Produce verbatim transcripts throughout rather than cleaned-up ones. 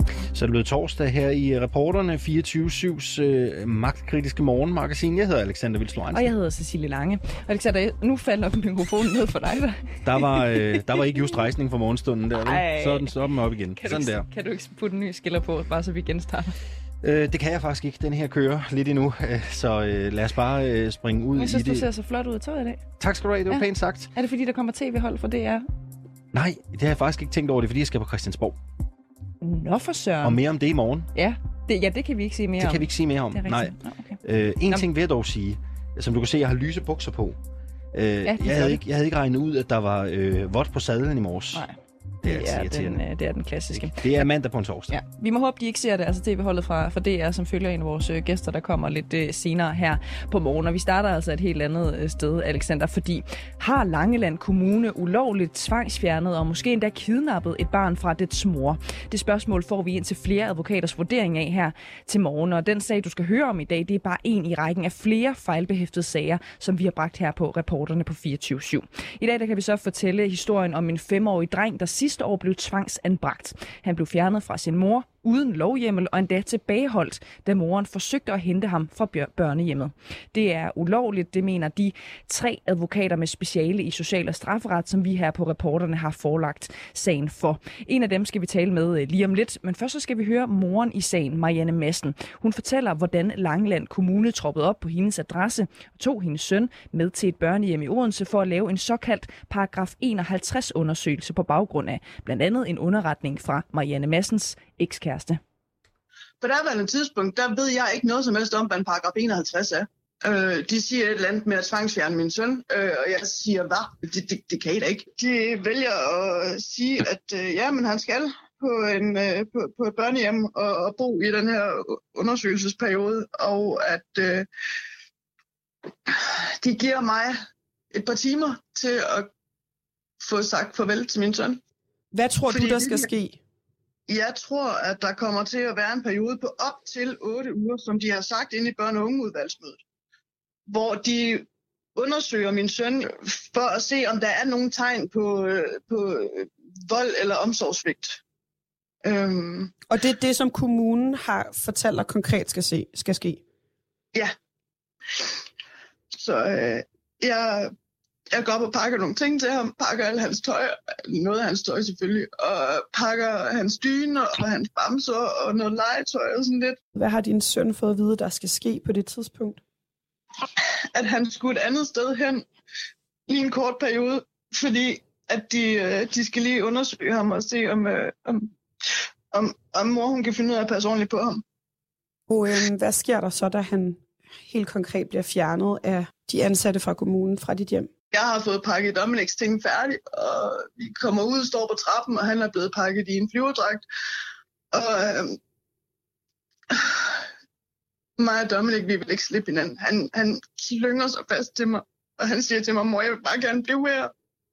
Så er det blevet torsdag her i Reporterne, fireogtyve syvs øh, magtkritiske morgenmagasin. Jeg hedder Alexander Vilslo Hansen. Og jeg hedder Cecilie Lange. Alexander, nu faldt nok mikrofonen ned for dig. Der, der, var, øh, der var ikke just rejsning for morgenstunden der. Ej. Så er den stoppen op igen. Kan, Sådan du ikke, der. kan du ikke putte en ny skiller på, bare så vi genstarter? Øh, det kan jeg faktisk ikke. Den her kører lidt endnu. Så øh, lad os bare øh, springe ud jeg synes, i det. Jeg synes, du ser så flot ud i tøjet i dag. Tak skal du have. Det var ja. pænt sagt. Er det fordi, der kommer tv-hold for D R? Nej, det har jeg faktisk ikke tænkt over. Det er fordi, jeg skal på Christiansborg. Nå for søren. Og mere om det i morgen. Ja, det, ja, det kan vi ikke sige mere det om. Det kan vi ikke sige mere om. Nej. Nå, okay. øh, en Nå. ting vil jeg dog sige. Som du kan se, jeg har lyse bukser på. Øh, ja, jeg, havde ikke, jeg havde ikke regnet ud, at der var øh, vådt på sadlen i morges. Nej. Det er, det, er den, øh, det er den klassiske. Det er mandag på en torsdag. Ja. Vi må håbe, de ikke ser det. Altså tv-holdet fra, fra D R, som følger en af vores øh, gæster, der kommer lidt øh, senere her på morgen. Og vi starter altså et helt andet øh, sted, Alexander, fordi har Langeland Kommune ulovligt tvangsfjernet og måske endda kidnappet et barn fra dets mor? Det spørgsmål får vi ind til flere advokaters vurdering af her til morgen. Og den sag, du skal høre om i dag, det er bare en i rækken af flere fejlbehæftede sager, som vi har bragt her på Reporterne på fireogtyve syv. I dag der kan vi så fortælle historien om en femårig dreng, der sidste år blev tvangsanbragt. Han blev fjernet fra sin mor uden lovhjemmel og endda tilbageholdt, da moren forsøgte at hente ham fra børnehjemmet. Det er ulovligt, det mener de tre advokater med speciale i social- og strafferet, som vi her på Reporterne har forelagt sagen for. En af dem skal vi tale med lige om lidt, men først så skal vi høre moren i sagen, Marianne Madsen. Hun fortæller, hvordan Langeland Kommune troppede op på hendes adresse og tog hendes søn med til et børnehjem i Odense for at lave en såkaldt paragraf enoghalvtreds undersøgelse på baggrund af blandt andet en underretning fra Marianne Madsens ekskæreste. På daværende tidspunkt, der ved jeg ikke noget som helst om, hvad en paragraf enoghalvtreds er. Øh, de siger et eller andet med at tvangsfjerne min søn, øh, og jeg siger, hvad? Det, det, det kan I da ikke. De vælger at sige, at øh, ja, men han skal på, en, øh, på, på et børnehjem og, og bo i den her undersøgelsesperiode, og at øh, de giver mig et par timer til at få sagt farvel til min søn. Hvad tror Fordi du, der skal ske? Jeg tror, at der kommer til at være en periode på op til otte uger, som de har sagt inde i børne- og ungeudvalgsmødet, hvor de undersøger min søn for at se, om der er nogle tegn på, på vold eller omsorgssvigt. Øhm. Og det er det, som kommunen har fortalt dig konkret skal, se, skal ske? Ja. Så øh, jeg... Jeg går op og pakker nogle ting til ham, pakker al hans tøj, noget af hans tøj selvfølgelig, og pakker hans dyner og hans bamser og noget legetøj og sådan lidt. Hvad har din søn fået at vide, der skal ske på det tidspunkt? At han skulle et andet sted hen i en kort periode, fordi at de, de skal lige undersøge ham og se, om, om, om, om mor hun kan finde ud af at passe ordentligt på ham. Og øh, hvad sker der så, da han helt konkret bliver fjernet af de ansatte fra kommunen fra dit hjem? Jeg har fået pakket Dominiks ting færdigt, og vi kommer ud, står på trappen, og han er blevet pakket i en flyverdragt. Og øh, mig og Dominik, vi vil ikke slippe hinanden. Han, han slynger sig fast til mig, og han siger til mig, mor, jeg vil bare gerne blive her.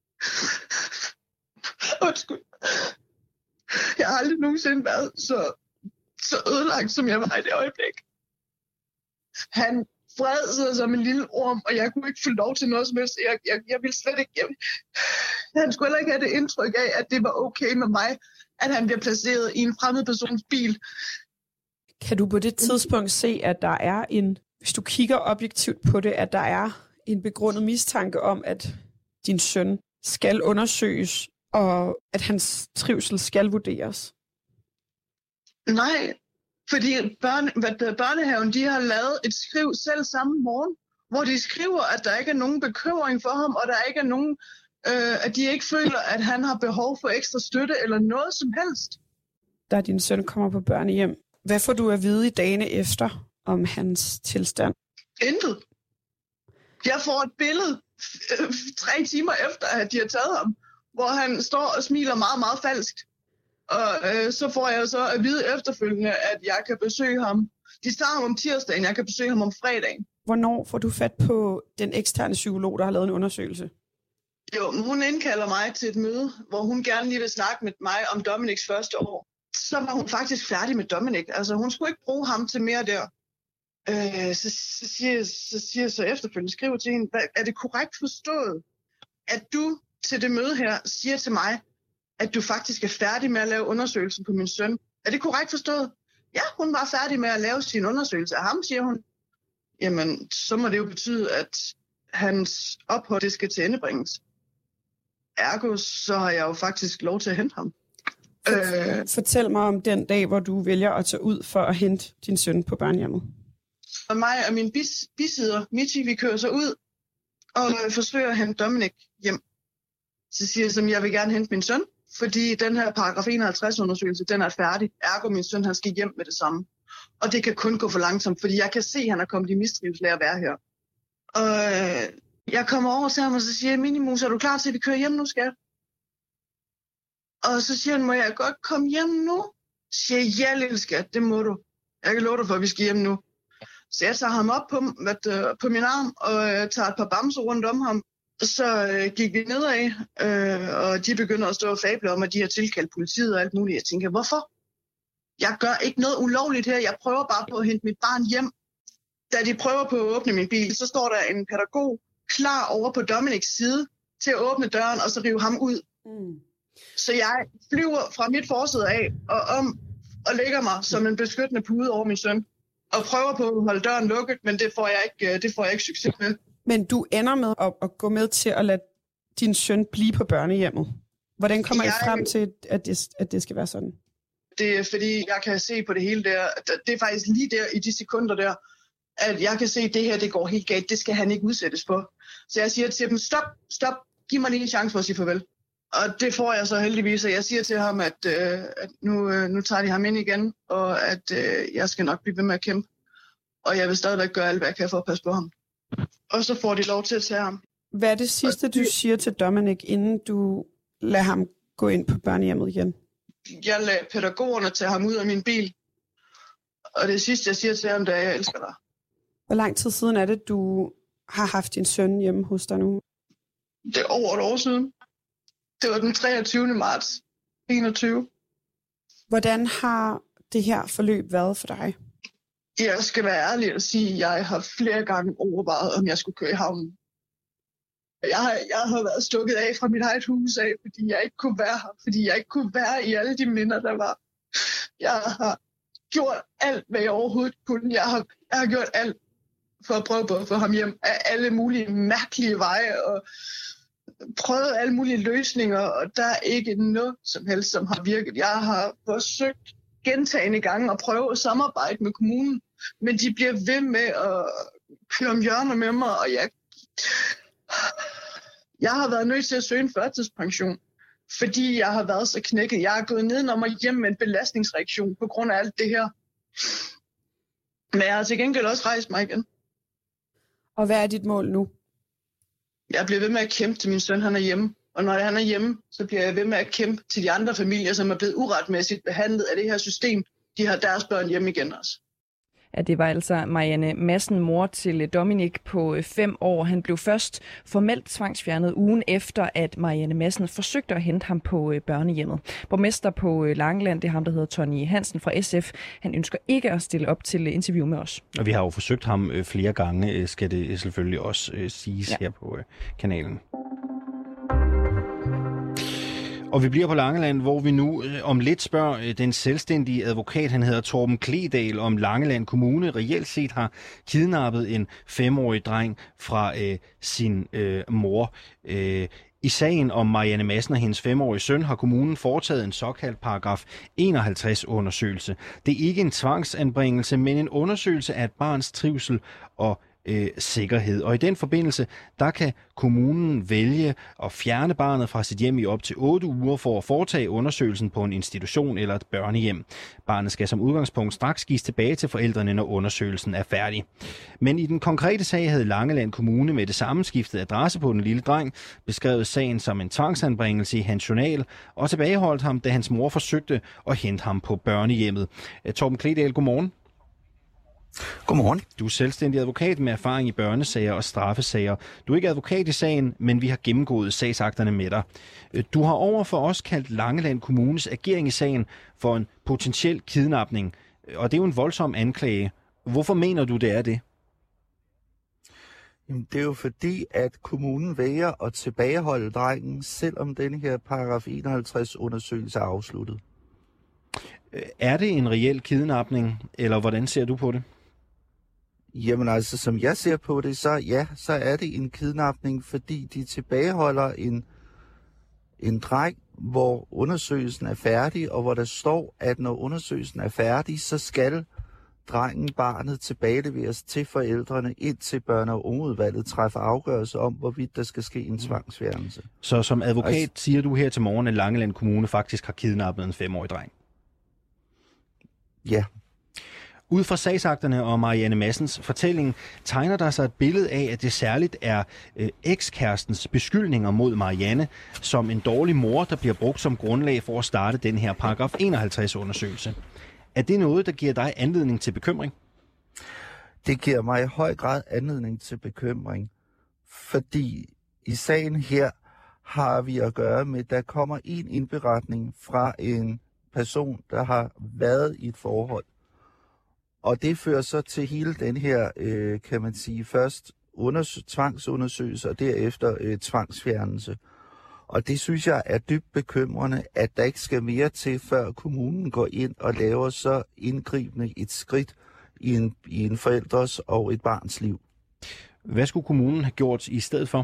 Undskyld. Jeg har aldrig nogensinde været så, så ødelagt, som jeg var i det øjeblik. Han fred sig som en lille orm, og jeg kunne ikke få lov til noget som helst. Jeg, jeg, jeg ville slet ikke... Jeg, han skulle heller ikke have det indtryk af, at det var okay med mig, at han bliver placeret i en fremmed persons bil. Kan du på det tidspunkt se, at der er en... Hvis du kigger objektivt på det, at der er en begrundet mistanke om, at din søn skal undersøges, og at hans trivsel skal vurderes? Nej, fordi børne, hvad, børnehaven de har lavet et skriv selv samme morgen, hvor de skriver, at der ikke er nogen bekymring for ham, og der ikke er nogen, øh, at de ikke føler, at han har behov for ekstra støtte eller noget som helst. Da din søn kommer på børnehjem, hvad får du at vide i dagene efter om hans tilstand? Intet. Jeg får et billede øh, tre timer efter, at de har taget ham, hvor han står og smiler meget, meget falskt. Og øh, så får jeg så at vide efterfølgende, at jeg kan besøge ham. De tager ham om tirsdagen, jeg kan besøge ham om fredagen. Hvornår får du fat på den eksterne psykolog, der har lavet en undersøgelse? Jo, hun indkalder mig til et møde, hvor hun gerne lige vil snakke med mig om Dominiks første år. Så var hun faktisk færdig med Dominik. Altså, hun skulle ikke bruge ham til mere der. Øh, så, så, siger, så siger jeg så efterfølgende, skriver til hende, er det korrekt forstået, at du til det møde her siger til mig, at du faktisk er færdig med at lave undersøgelsen på min søn, Er det korrekt forstået? Ja, hun var færdig med at lave sin undersøgelse af ham, siger hun. Jamen, så må det jo betyde, at hans ophold, det skal til endebringes. Ergo, så har jeg jo faktisk lov til at hente ham. For, øh, fortæl mig om den dag, hvor du vælger at tage ud for at hente din søn på børnehjemmet. Og mig og min bis, bisidder, Michi, vi kører så ud og forsøger at hente Dominik hjem. Så siger jeg, at jeg vil gerne hente min søn, fordi den her paragraf enoghalvtreds undersøgelse, den er færdig. Ergo, min søn, han skal hjem med det samme. Og det kan kun gå for langsomt, fordi jeg kan se, at han er kommet i mistrivsel af at være her. Og øh, jeg kommer over til ham, og så siger jeg, Minimus, er du klar til, at vi kører hjem nu, skat? Og så siger han, må jeg godt komme hjem nu? Så siger jeg, ja, lille skat, det må du. Jeg kan love dig for, at vi skal hjem nu. Så jeg tager ham op på, hvad, på min arm, og øh, tager et par bamser rundt om ham. Så øh, gik vi nedad, øh, og de begynder at stå og fable om, at de har tilkaldt politiet og alt muligt. Jeg tænker, hvorfor? Jeg gør ikke noget ulovligt her. Jeg prøver bare på at hente mit barn hjem. Da de prøver på at åbne min bil, så står der en pædagog klar over på Dominiks side til at åbne døren og så rive ham ud. Mm. Så jeg flyver fra mit forsæde af og om og lægger mig som en beskyttende pude over min søn. Og prøver på at holde døren lukket, men det får jeg ikke, det får jeg ikke succes med. Men du ender med at, at gå med til at lade din søn blive på børnehjemmet. Hvordan kommer jeg... I frem til, at det, at det skal være sådan? Det er fordi, jeg kan se på det hele der. Det er faktisk lige der i de sekunder der, at jeg kan se, at det her det går helt galt. Det skal han ikke udsættes på. Så jeg siger til dem, stop, stop, giv mig lige en chance for at sige farvel. Og det får jeg så heldigvis, og jeg siger til ham, at, øh, at nu, øh, nu tager de ham ind igen, og at øh, jeg skal nok blive ved med at kæmpe. Og jeg vil stadigvæk gøre alt, hvad jeg kan for at passe på ham. Og så får de lov til at tage ham. Hvad er det sidste, du siger til Dominik, inden du lader ham gå ind på børnehjemmet igen? Jeg lader pædagogerne tage ham ud af min bil. Og det sidste, jeg siger til ham, det er, at jeg elsker dig. Hvor lang tid siden er det, du har haft din søn hjemme hos dig nu? Det er over et år siden. Det var den treogtyvende marts enogtyve. Hvordan har det her forløb været for dig? Jeg skal være ærlig og sige, at jeg har flere gange overvejet, om jeg skulle køre i havnen. Jeg har, jeg har været stukket af fra mit eget hus af, fordi jeg ikke kunne være her. Fordi jeg ikke kunne være i alle de minder, der var. Jeg har gjort alt, hvad jeg overhovedet kunne. Jeg har, jeg har gjort alt for at prøve på at få ham hjem af alle mulige mærkelige veje og prøvet alle mulige løsninger, og der er ikke noget som helst, som har virket. Jeg har forsøgt gentagne gange at prøve at samarbejde med kommunen, men de bliver ved med at køre om hjørner med mig, og jeg, jeg har været nødt til at søge en førtidspension, fordi jeg har været så knækket. Jeg er gået nedenom og hjem med en belastningsreaktion på grund af alt det her. Men jeg har til gengæld også rejst mig igen. Og hvad er dit mål nu? Jeg bliver ved med at kæmpe til min søn, han er hjemme. Og når han er hjemme, så bliver jeg ved med at kæmpe til de andre familier, som er blevet uretmæssigt behandlet af det her system. De har deres børn hjemme igen også. Ja, det var altså Marianne Madsen, mor til Dominik på fem år. Han blev først formelt tvangsfjernet ugen efter, at Marianne Madsen forsøgte at hente ham på børnehjemmet. Borgmester på Langeland, det er ham, der hedder Tony Hansen fra S F. Han ønsker ikke at stille op til interview med os. Og vi har jo forsøgt ham flere gange, skal det selvfølgelig også siges ja. her på kanalen. Og vi bliver på Langeland, hvor vi nu øh, om lidt spørger øh, den selvstændige advokat, han hedder Torben Kledal, om Langeland Kommune reelt set har kidnappet en femårig dreng fra øh, sin øh, mor. Øh, I sagen om Marianne Madsen og hendes femårige søn har kommunen foretaget en såkaldt paragraf enoghalvtreds undersøgelse. Det er ikke en tvangsanbringelse, men en undersøgelse af et barns trivsel og Øh, sikkerhed. Og i den forbindelse, der kan kommunen vælge at fjerne barnet fra sit hjem i op til otte uger for at foretage undersøgelsen på en institution eller et børnehjem. Barnet skal som udgangspunkt straks gives tilbage til forældrene, når undersøgelsen er færdig. Men i den konkrete sag havde Langeland Kommune med det samme skiftet adresse på den lille dreng, beskrevet sagen som en tvangsanbringelse i hans journal og tilbageholdt ham, da hans mor forsøgte at hente ham på børnehjemmet. Torben Kledal, godmorgen. Godmorgen. Du er selvstændig advokat med erfaring i børnesager og straffesager. Du er ikke advokat i sagen, men vi har gennemgået sagsakterne med dig. Du har over for os kaldt Langeland Kommunes agering i sagen for en potentiel kidnapning, og det er jo en voldsom anklage. Hvorfor mener du, det er det? Jamen, det er jo fordi, at kommunen vælger at tilbageholde drengen, selvom denne her paragraf enoghalvtreds undersøgelse er afsluttet. Er det en reel kidnapning, eller hvordan ser du på det? Jamen altså, som jeg ser på det, så ja, så er det en kidnapning, fordi de tilbageholder en, en dreng, hvor undersøgelsen er færdig, og hvor der står, at når undersøgelsen er færdig, så skal drengen, barnet, tilbageleveres til forældrene, indtil børne- og ungeudvalget træffer afgørelse om, hvorvidt der skal ske en tvangsfjernelse. Så som advokat altså, siger du her til morgen, at Langeland Kommune faktisk har kidnappet en femårig dreng? Ja. Ud fra sagsakterne og Marianne Madsens fortælling tegner der sig et billede af, at det særligt er øh, ekskærestens beskyldninger mod Marianne som en dårlig mor, der bliver brugt som grundlag for at starte den her paragraf enoghalvtreds-undersøgelse. Er det noget, der giver dig anledning til bekymring? Det giver mig i høj grad anledning til bekymring, fordi i sagen her har vi at gøre med, at der kommer en indberetning fra en person, der har været i et forhold. Og det fører så til hele den her, øh, kan man sige, først undersø- tvangsundersøgelse og derefter øh, tvangsfjernelse. Og det synes jeg er dybt bekymrende, at der ikke skal mere til, før kommunen går ind og laver så indgribende et skridt i en, i en forældres og et barns liv. Hvad skulle kommunen have gjort i stedet for?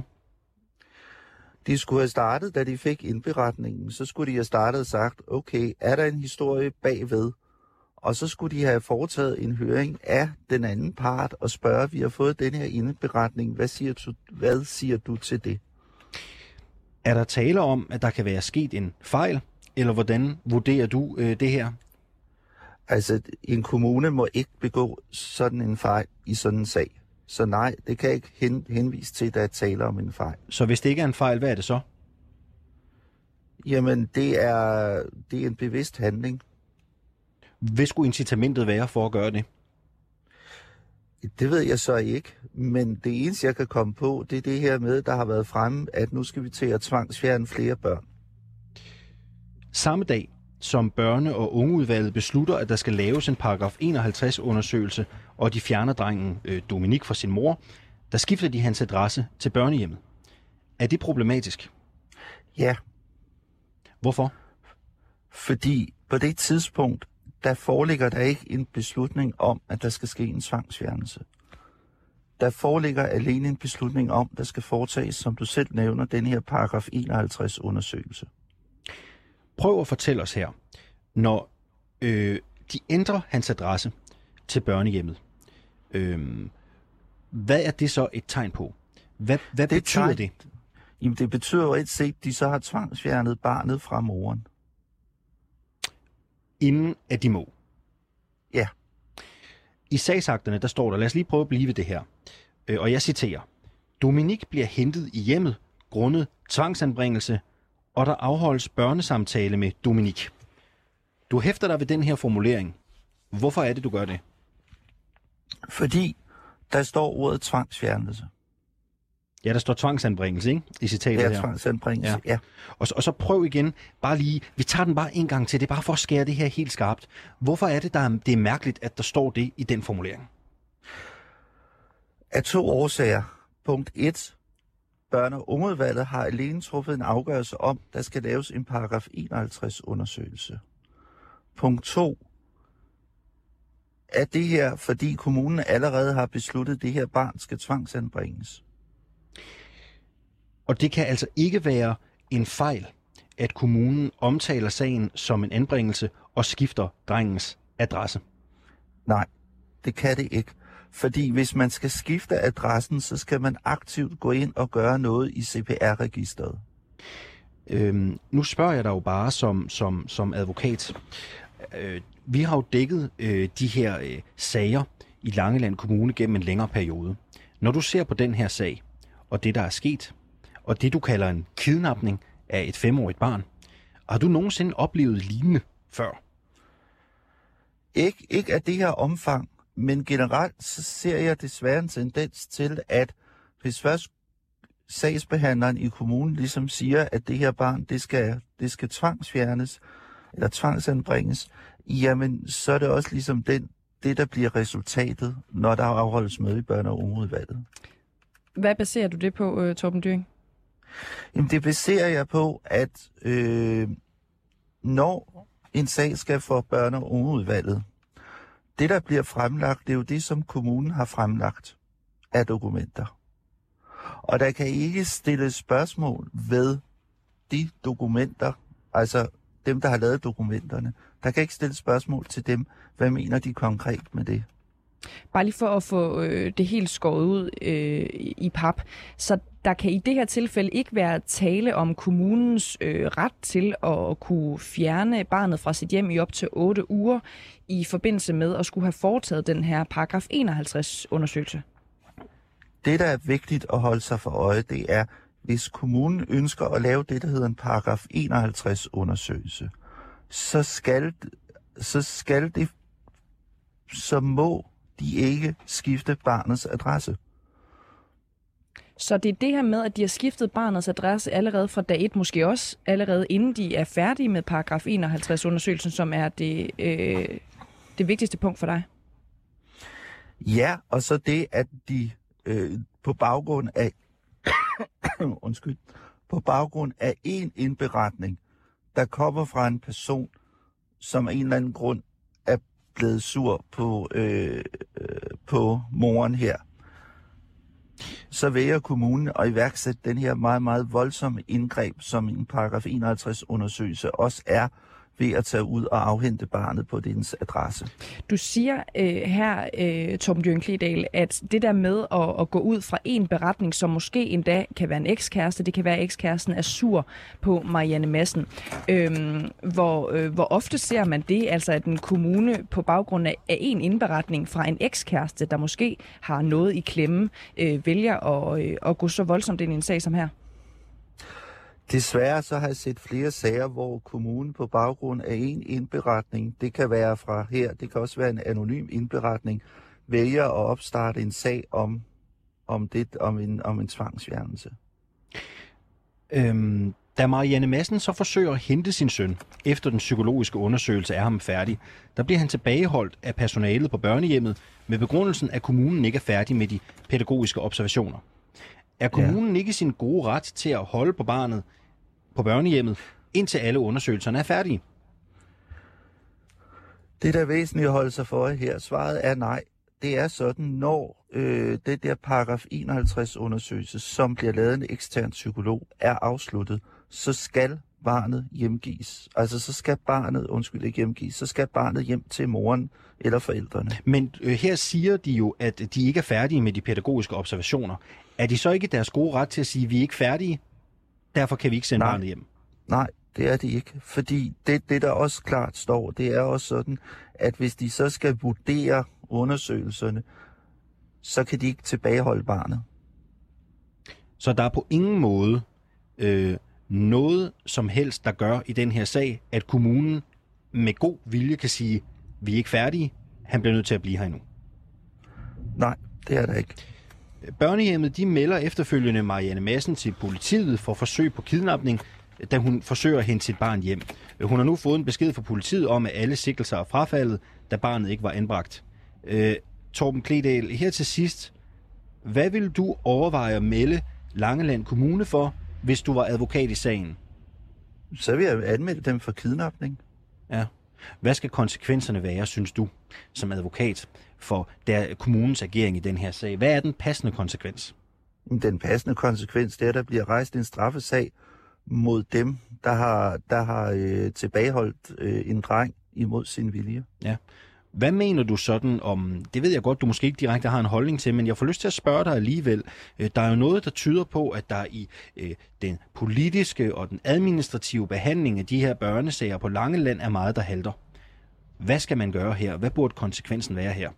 De skulle have startet, da de fik indberetningen. Så skulle de have startet og sagt, okay, er der en historie bagved? Og så skulle de have foretaget en høring af den anden part og spørge, vi har fået den her indberetning. Hvad siger du, hvad siger du til det? Er der tale om, at der kan være sket en fejl, eller hvordan vurderer du øh, det her? Altså, en kommune må ikke begå sådan en fejl i sådan en sag. Så nej, det kan ikke hen, henvise til, at der er tale om en fejl. Så hvis det ikke er en fejl, hvad er det så? Jamen, det er, det er en bevidst handling. Hvad skulle incitamentet være for at gøre det? Det ved jeg så ikke, men det eneste, jeg kan komme på, det er det her med, der har været fremme, at nu skal vi til at tvangsfjerne flere børn. Samme dag, som børne- og ungeudvalget beslutter, at der skal laves en paragraf enoghalvtreds-undersøgelse, og de fjerner drengen øh, Dominik fra sin mor, der skifter de hans adresse til børnehjemmet. Er det problematisk? Ja. Hvorfor? Fordi på det tidspunkt, der foreligger der ikke en beslutning om, at der skal ske en tvangsfjernelse. Der foreligger alene en beslutning om, der skal foretages, som du selv nævner, den her paragraf enoghalvtreds-undersøgelse. Prøv at fortælle os her, når øh, de ændrer hans adresse til børnehjemmet, øh, hvad er det så et tegn på? Hvad, hvad det betyder tegn, det? Jamen det betyder jo et set, at de så har tvangsfjernet barnet fra moren. Inden at de må? Ja. I sagsakterne, der står der, lad os lige prøve at blive ved det her. Øh, og jeg citerer. Dominik bliver hentet i hjemmet grundet tvangsanbringelse, og der afholdes børnesamtale med Dominik. Du hæfter dig ved den her formulering. Hvorfor er det, du gør det? Fordi der står ordet tvangsfjernelse. Ja, der står tvangsanbringelse, ikke? I citatet her. Ja, tvangsanbringelse, ja. ja. Og, og så prøv igen, bare lige, vi tager den bare en gang til, det er bare for at skære det her helt skarpt. Hvorfor er det, der er, det er mærkeligt, at der står det i den formulering? Af to årsager. Punkt et. Børne- og ungeudvalget har alene truffet en afgørelse om, der skal laves en paragraf enoghalvtreds-undersøgelse. Punkt to. Er det her, fordi kommunen allerede har besluttet, at det her barn skal tvangsanbringes. Og det kan altså ikke være en fejl, at kommunen omtaler sagen som en anbringelse og skifter drengens adresse. Nej, det kan det ikke. Fordi hvis man skal skifte adressen, så skal man aktivt gå ind og gøre noget i C P R-registeret. Øhm, nu spørger jeg dig jo bare som, som, som advokat. Øh, vi har jo dækket øh, de her øh, sager i Langeland Kommune gennem en længere periode. Når du ser på den her sag, og det der er sket, og det du kalder en kidnapning af et femårigt barn, har du nogensinde oplevet lignende før? Ikke, ikke af det her omfang, men generelt så ser jeg desværre en tendens til, at hvis først sagsbehandleren i kommunen ligesom siger, at det her barn, det skal, det skal tvangsfjernes, eller tvangsanbringes, jamen så er det også ligesom den, det, der bliver resultatet, når der afholdes møde i børne- og ungeudvalget. Hvad baserer du det på, uh, Torben Dyring? Jamen det baserer jeg på, at øh, når en sag skal for børne- og ungeudvalget. Det, der bliver fremlagt, det er jo det, som kommunen har fremlagt af dokumenter. Og der kan ikke stilles spørgsmål ved de dokumenter, altså dem, der har lavet dokumenterne. Der kan ikke stilles spørgsmål til dem. Hvad mener de konkret med det? Bare lige for at få øh, det helt skåret ud øh, i pap. Så der kan i det her tilfælde ikke være tale om kommunens øh, ret til at kunne fjerne barnet fra sit hjem i op til otte uger i forbindelse med at skulle have foretaget den her paragraf enoghalvtreds undersøgelse. Det, der er vigtigt at holde sig for øje, det er, hvis kommunen ønsker at lave det, der hedder en paragraf enoghalvtreds undersøgelse, så skal, så skal det, så må de ikke skifte barnets adresse. Så det er det her med, at de har skiftet barnets adresse allerede fra dag et, måske også allerede inden de er færdige med paragraf enoghalvtreds undersøgelsen, som er det, øh, det vigtigste punkt for dig? Ja, og så det, at de øh, på baggrund af undskyld, på baggrund af en indberetning, der kommer fra en person, som af en eller anden grund er blevet sur på, øh, øh, på moren her, så vælger kommunen at iværksætte den her meget, meget voldsomme indgreb, som en paragraf enoghalvtreds undersøgelse også er, ved at tage ud og afhente barnet på dens adresse. Du siger øh, her, øh, Torben Dyrring Klegdal, at det der med at, at gå ud fra en beretning, som måske endda kan være en ekskæreste, det kan være, at ekskæresten er sur på Marianne Madsen. Øh, hvor, øh, hvor ofte ser man det, altså at en kommune på baggrund af, af en indberetning fra en ekskæreste, der måske har noget i klemme, øh, vælger at, øh, at gå så voldsomt ind i en sag som her? Desværre så har jeg set flere sager, hvor kommunen på baggrund af en indberetning, det kan være fra her, det kan også være en anonym indberetning, vælger at opstarte en sag om, om, det, om, en, om en tvangsfjernelse. Øhm, da Marianne Madsen så forsøger at hente sin søn, efter den psykologiske undersøgelse er ham færdig, der bliver han tilbageholdt af personalet på børnehjemmet med begrundelsen, at kommunen ikke er færdig med de pædagogiske observationer. Er kommunen ja. ikke sin gode ret til at holde på barnet på børnehjemmet, indtil alle undersøgelserne er færdige? Det, der er væsentligt at holde sig for her, svaret er nej. Det er sådan, når øh, det der paragraf enoghalvtreds undersøgelse, som bliver lavet en ekstern psykolog, er afsluttet, så skal barnet hjemgives. Altså, så skal barnet, undskyld ikke hjemgives, så skal barnet hjem til moren eller forældrene. Men øh, her siger de jo, at de ikke er færdige med de pædagogiske observationer. Er de så ikke deres gode ret til at sige, at vi er ikke færdige, derfor kan vi ikke sende Nej. barnet hjem? Nej, det er de ikke. Fordi det, det, der også klart står, det er også sådan, at hvis de så skal vurdere undersøgelserne, så kan de ikke tilbageholde barnet. Så der er på ingen måde øh, noget som helst, der gør i den her sag, at kommunen med god vilje kan sige, vi er ikke færdige, han bliver nødt til at blive her endnu? Nej, det er der ikke. Børnehjemmet de melder efterfølgende Marianne Madsen til politiet for forsøg på kidnapning, da hun forsøger at hente sit barn hjem. Hun har nu fået en besked fra politiet om, at alle sigtelser er frafaldet, da barnet ikke var anbragt. Øh, Torben Klegdal, her til sidst, hvad vil du overveje at melde Langeland Kommune for, hvis du var advokat i sagen? Så vil jeg anmelde dem for kidnapning. Ja. Hvad skal konsekvenserne være, synes du, som advokat, for der kommunens agering i den her sag? Hvad er den passende konsekvens? Den passende konsekvens, det er, at der bliver rejst en straffesag mod dem, der har, der har øh, tilbageholdt øh, en dreng imod sin vilje. Ja. Hvad mener du sådan om, det ved jeg godt, du måske ikke direkte har en holdning til, men jeg får lyst til at spørge dig alligevel. Der er jo noget, der tyder på, at der i øh, den politiske og den administrative behandling af de her børnesager på Langeland er meget, der halter. Hvad skal man gøre her? Hvad burde konsekvensen være her?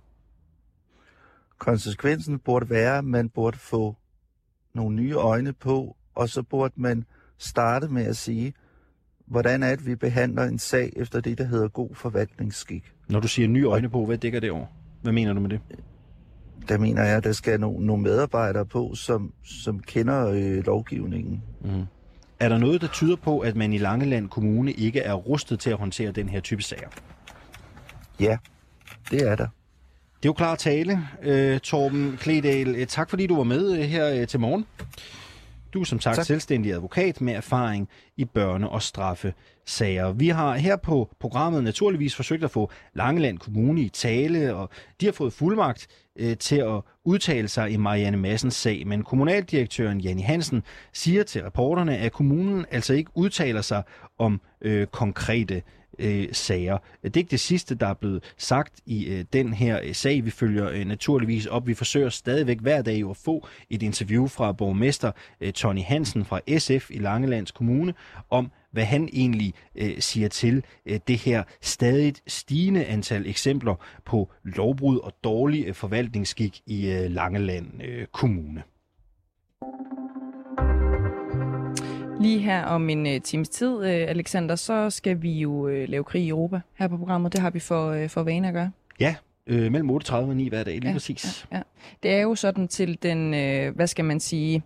Konsekvensen burde være, at man burde få nogle nye øjne på, og så burde man starte med at sige, hvordan er det, vi behandler en sag efter det, der hedder god forvaltningsskik. Når du siger nye øjne på, hvad dækker det over? Hvad mener du med det? Der mener jeg, at der skal nogle, nogle medarbejdere på, som, som kender øh, lovgivningen. Mm. Er der noget, der tyder på, at man i Langeland Kommune ikke er rustet til at håndtere den her type sager? Ja, det er der. Det er jo klar tale. Uh, Torben Klegdal, tak fordi du var med uh, her uh, til morgen. Du er som sagt tak. selvstændig advokat med erfaring i børne- og straffesager. Vi har her på programmet naturligvis forsøgt at få Langeland Kommune i tale, og de har fået fuldmagt øh, til at udtale sig i Marianne Madsens sag. Men kommunaldirektøren Janni Hansen siger til reporterne, at kommunen altså ikke udtaler sig om øh, konkrete øh, sager. Det er ikke det sidste, der er blevet sagt i øh, den her øh, sag. Vi følger øh, naturligvis op. Vi forsøger stadigvæk hver dag at få et interview fra borgmester øh, Tony Hansen fra S F i Langelands Kommune om, hvad han egentlig øh, siger til øh, det her stadigt stigende antal eksempler på lovbrud og dårlig øh, forvaltningsskik i øh, Langeland øh, Kommune. Lige her om en uh, times tid, uh, Alexander, så skal vi jo uh, lave krig i Europa her på programmet. Det har vi for, uh, for vane at gøre. Ja, øh, mellem otte tredive og ni hver dag, lige ja, præcis. Ja, ja. Det er jo sådan til den, uh, hvad skal man sige,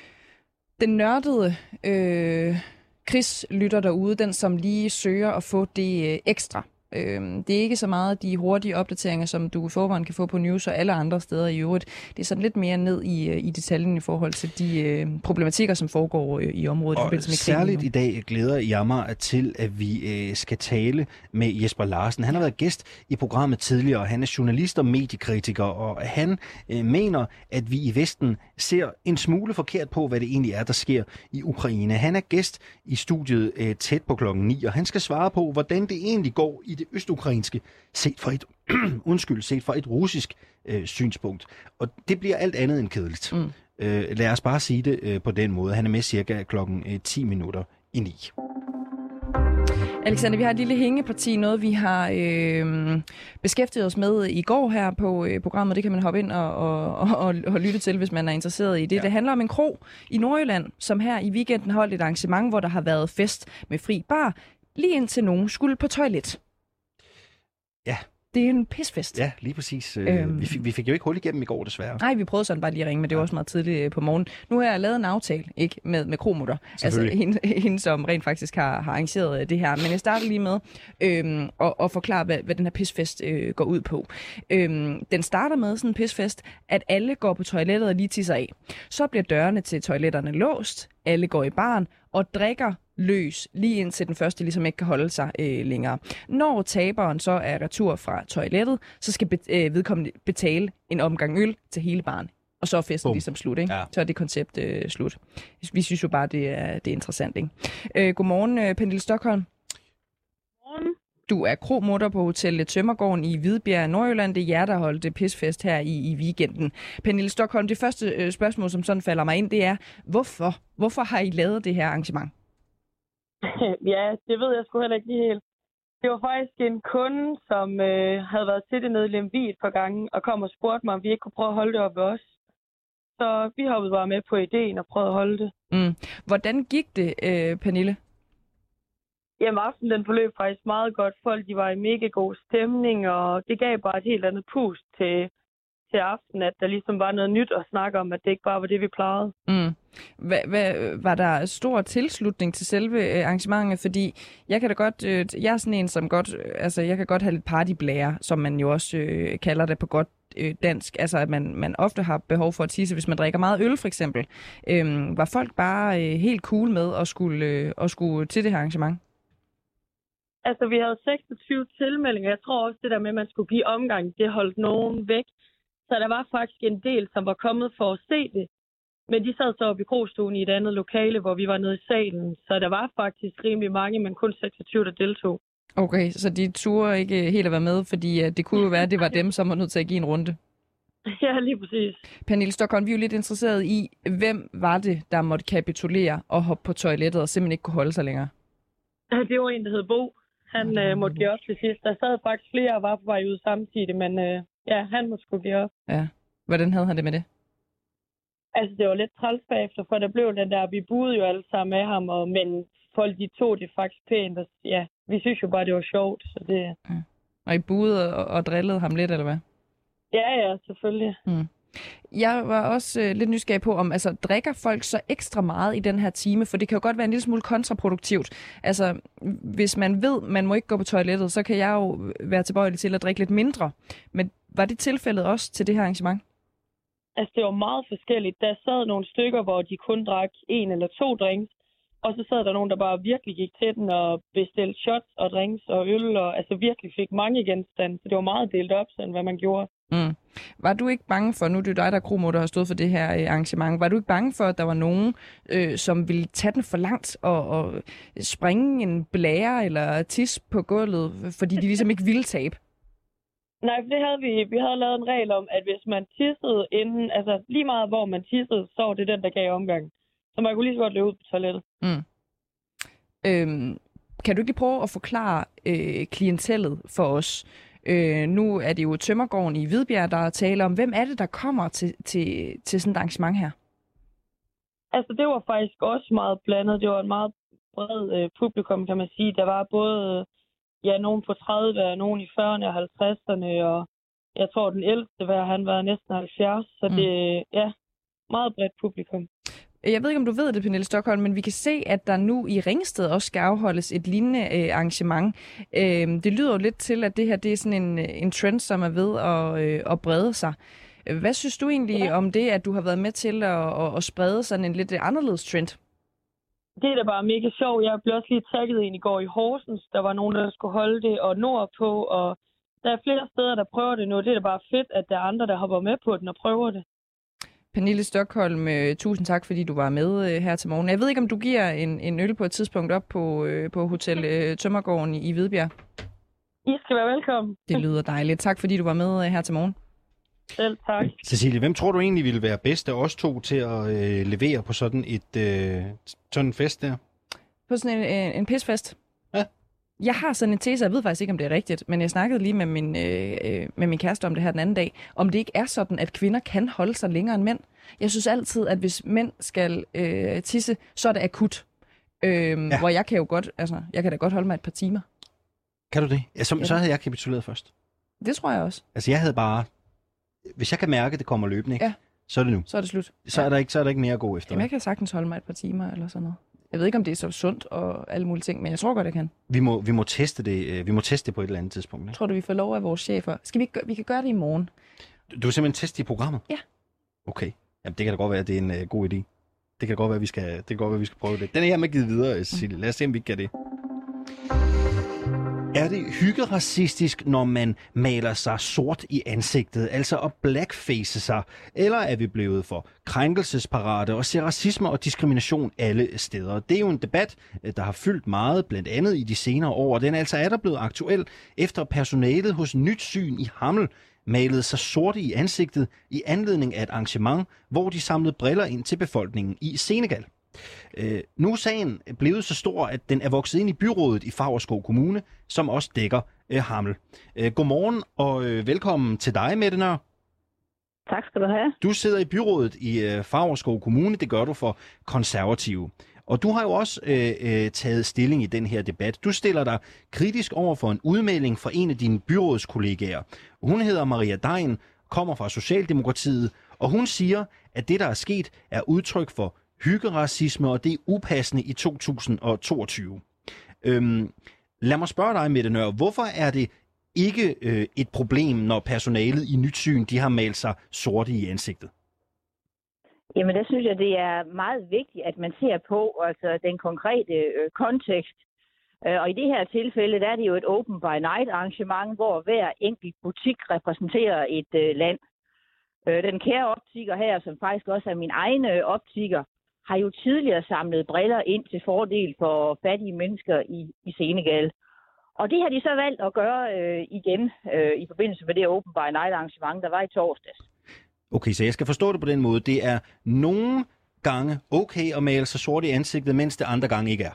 den nørdede øh, krigslytter derude, den som lige søger at få det øh, ekstra. Det er ikke så meget de hurtige opdateringer, som du i forvejen kan få på News og alle andre steder i øvrigt. Det er sådan lidt mere ned i, i detaljen i forhold til de øh, problematikker, som foregår øh, i området. Og i forbindelse med særligt i dag glæder jeg mig til, at vi øh, skal tale med Jesper Larsen. Han har været gæst i programmet tidligere, og han er journalist og mediekritiker, og han øh, mener, at vi i Vesten ser en smule forkert på, hvad det egentlig er, der sker i Ukraine. Han er gæst i studiet øh, tæt på klokken ni, og han skal svare på, hvordan det egentlig går i det østukrainske, set fra et, undskyld, set fra et russisk øh, synspunkt. Og det bliver alt andet end kedeligt. Mm. Øh, lad os bare sige det øh, på den måde. Han er med cirka klokken øh, ti minutter i ni. Alexander, vi har et lille hængeparti, noget vi har øh, beskæftiget os med i går her på øh, programmet. Det kan man hoppe ind og, og, og, og lytte til, hvis man er interesseret i det. Ja. Det handler om en kro i Nordjylland, som her i weekenden holdt et arrangement, hvor der har været fest med fri bar, lige indtil nogen skulle på toilet. Ja. Det er en pisfest. Ja, lige præcis. Øhm. Vi, fik, vi fik jo ikke hul igennem i går, desværre. Nej, vi prøvede sådan bare lige at ringe, men det var også meget tidligt på morgen. Nu har jeg lavet en aftale, ikke med, med kromutter. Altså hende, hende, som rent faktisk har, har arrangeret det her. Men jeg starter lige med øhm, at, at forklare, hvad, hvad den her pisfest øh, går ud på. Øhm, den starter med sådan en pisfest, at alle går på toilettet og lige tisser af. Så bliver dørene til toiletterne låst, alle går i baren og drikker løs, lige indtil den første ligesom ikke kan holde sig øh, længere. Når taberen så er retur fra toilettet, så skal bet- øh, vedkommende betale en omgang øl til hele baren. Og så er festen Boom. ligesom slut, ikke? Ja. Så er det koncept øh, slut. Vi synes jo bare, det er, det er interessant, ikke? Øh, godmorgen, øh, Pernille Stockholm. Godmorgen. Du er kromutter på Hotel Tømmergården i Hvidbjerg, Nordjylland. Det er jer, der holdt pisfest her i, i weekenden. Pernille Stockholm, det første øh, spørgsmål, som sådan falder mig ind, det er, hvorfor? Hvorfor har I lavet det her arrangement? Ja, det ved jeg sgu heller ikke lige helt. Det var faktisk en kunde, som øh, havde været til det nede i Lemvig et par gange, og kom og spurgte mig, om vi ikke kunne prøve at holde det op ved os. Så vi hoppede bare med på ideen og prøvede at holde det. Mm. Hvordan gik det, øh, Pernille? Jamen, aftenen den forløb faktisk meget godt. Folk de var i mega god stemning, og det gav bare et helt andet pust til, til aften, at der ligesom var noget nyt at snakke om, at det ikke bare var det, vi plejede. Mm. Hva, hva, var der stor tilslutning til selve arrangementet? Fordi jeg kan da godt, øh, jeg er sådan en, som godt, øh, altså jeg kan godt have lidt partyblære, som man jo også øh, kalder det på godt øh, dansk. Altså at man, man ofte har behov for at tisse, hvis man drikker meget øl for eksempel. Øh, var folk bare øh, helt cool med at skulle, øh, at skulle til det her arrangement? Altså vi havde seksogtyve tilmeldinger. Jeg tror også det der med, at man skulle give omgang, det holdt nogen væk. Så der var faktisk en del, som var kommet for at se det. Men de sad så oppe i krogstuen i et andet lokale, hvor vi var nede i salen. Så der var faktisk rimelig mange, men kun seksogtyve, der deltog. Okay, så de turde ikke helt at være med, fordi det kunne jo være, at det var dem, som var nødt til at give en runde. Ja, lige præcis. Pernille Stockholm, vi er jo lidt interesseret i, hvem var det, der måtte kapitulere og hoppe på toilettet og simpelthen ikke kunne holde sig længere? Det var en, der hed Bo. Han øh, måtte give op til sidst. Der sad faktisk flere og var på vej ud samtidig, men øh, ja, han måtte sgu give op. Ja. Hvordan havde han det med det? Altså, det var lidt træls bagefter, for der blev den der, vi boede jo alle sammen med ham, og, men folk de tog det faktisk pænt, og ja, vi synes jo bare, det var sjovt, så det... Ja. Og I buede og, og drillede ham lidt, eller hvad? Ja, ja, selvfølgelig. Mm. Jeg var også øh, lidt nysgerrig på, om altså, drikker folk så ekstra meget i den her time, for det kan jo godt være en lille smule kontraproduktivt. Altså, hvis man ved, man må ikke gå på toilettet, så kan jeg jo være tilbøjelig til at drikke lidt mindre. Men var det tilfældet også til det her arrangement? altså det var meget forskelligt. Der sad nogle stykker, hvor de kun drak en eller to drinks, og så sad der nogen, der bare virkelig gik til den og bestilte shots og drinks og øl, og altså virkelig fik mange genstande. Så det var meget delt op, sådan hvad man gjorde. Mm. Var du ikke bange for, nu er det jo dig, der er kromo, der har stået for det her øh, arrangement, var du ikke bange for, at der var nogen, øh, som ville tage den for langt og, og springe en blære eller tis på gulvet, fordi de ligesom ikke ville tabe? Nej, for det havde vi. Vi havde lavet en regel om, at hvis man tissede inden, altså lige meget hvor man tissede, så var det den, der gav omgang. Så man kunne lige så godt løbe ud på toilettet. Mm. Øhm, kan du ikke lige prøve at forklare øh, klientellet for os? Øh, nu er det jo Tømmergården i Hvidbjerg, der taler om, hvem er det, der kommer til, til, til sådan et arrangement her? Altså, det var faktisk også meget blandet. Det var en meget bred øh, publikum, kan man sige. Der var både ja, nogen på tredive, og nogen i fyrrerne og halvtredserne, og jeg tror, den ældste var, han var næsten halvfjerds. Så mm. det ja, meget bredt publikum. Jeg ved ikke, om du ved det, Pernille Stockholm, men vi kan se, at der nu i Ringsted også skal afholdes et lignende øh, arrangement. Øh, det lyder jo lidt til, at det her det er sådan en, en trend, som er ved at, øh, at brede sig. Hvad synes du egentlig ja. om det, at du har været med til at, at, at sprede sådan en lidt anderledes trend? Det er da bare mega sjovt. Jeg blev også lige tagget ind i går i Horsens. Der var nogen, der skulle holde det, og nordpå, og der er flere steder, der prøver det nu. Det er da bare fedt, at der er andre, der hopper med på den og prøver det. Pernille Stockholm, øh, tusind tak, fordi du var med øh, her til morgen. Jeg ved ikke, om du giver en, en øl på et tidspunkt op på, øh, på Hotel øh, Tømmergården i, i Hvidbjerg. I skal være velkommen. Det lyder dejligt. Tak, fordi du var med øh, her til morgen. Selv tak. Cecilie, hvem tror du egentlig ville være bedst af os to til at øh, levere på sådan et øh, sådan en fest der? På sådan en, en, en pisfest? Ja. Jeg har sådan en tese, jeg ved faktisk ikke, om det er rigtigt, men jeg snakkede lige med min, øh, med min kæreste om det her den anden dag, om det ikke er sådan, at kvinder kan holde sig længere end mænd. Jeg synes altid, at hvis mænd skal øh, tisse, så er det akut. Øh, ja. Hvor jeg kan jo godt, altså, jeg kan da godt holde mig et par timer. Kan du det? Ja, så, ja. så havde jeg kapituleret først. Det tror jeg også. Altså jeg havde bare, hvis jeg kan mærke, at det kommer løbende, ikke? Ja. Så er det nu. Så er det slut. Så, ja. er der ikke, så er der ikke mere at gå efter. Jamen, jeg kan sagtens holde mig et par timer eller sådan noget. Jeg ved ikke, om det er så sundt og alle mulige ting, men jeg tror godt, jeg kan. Vi må, vi må teste det. Vi må teste det på et eller andet tidspunkt. Ikke? Tror du, vi får lov af vores chefer? Skal vi ikke, vi kan gøre det i morgen? Du, du vil simpelthen teste i programmet? Ja. Okay. Jamen, det kan da godt være, at det er en uh, god idé. Det kan da godt være, at vi skal, det kan godt være, at vi skal prøve det. Den er her med givet videre, Cecilie. Lad os se, om vi ikke kan det. Er det hyggeracistisk, når man maler sig sort i ansigtet, altså at blackface sig? Eller er vi blevet for krænkelsesparate og ser racisme og diskrimination alle steder? Det er jo en debat, der har fyldt meget, blandt andet i de senere år, og den altså er der blevet aktuel, efter personalet hos Nyt Syn i Hammel malede sig sorte i ansigtet i anledning af et arrangement, hvor de samlede briller ind til befolkningen i Senegal. Øh, nu er sagen blevet så stor, at den er vokset ind i byrådet i Favrskov Kommune, som også dækker øh, Hammel. Øh, godmorgen og øh, velkommen til dig, Mette Nør. Tak skal du have. Du sidder i byrådet i øh, Favrskov Kommune, det gør du for konservative. Og du har jo også øh, øh, taget stilling i den her debat. Du stiller dig kritisk over for en udmelding fra en af dine byrådskollegaer. Hun hedder Maria Dein, kommer fra Socialdemokratiet, og hun siger, at det, der er sket, er udtryk for hyggeracisme, og det er upassende i to tusind og toogtyve. Øhm, lad mig spørge dig, Mette Nør, hvorfor er det ikke øh, et problem, når personalet i Nyt Syn, de har malet sig sorte i ansigtet? Jamen, der synes jeg, det er meget vigtigt, at man ser på altså, den konkrete øh, kontekst. Øh, og i det her tilfælde, der er det jo et Open by Night arrangement, hvor hver enkelt butik repræsenterer et øh, land. Øh, den kære optiker her, som faktisk også er min egen øh, optiker, har jo tidligere samlet briller ind til fordel for fattige mennesker i, i Senegal. Og det har de så valgt at gøre øh, igen øh, i forbindelse med det Open by Night arrangement, der var i torsdags. Okay, så jeg skal forstå det på den måde. Det er nogle gange okay at male sig sort i ansigtet, mens det andre gange ikke er.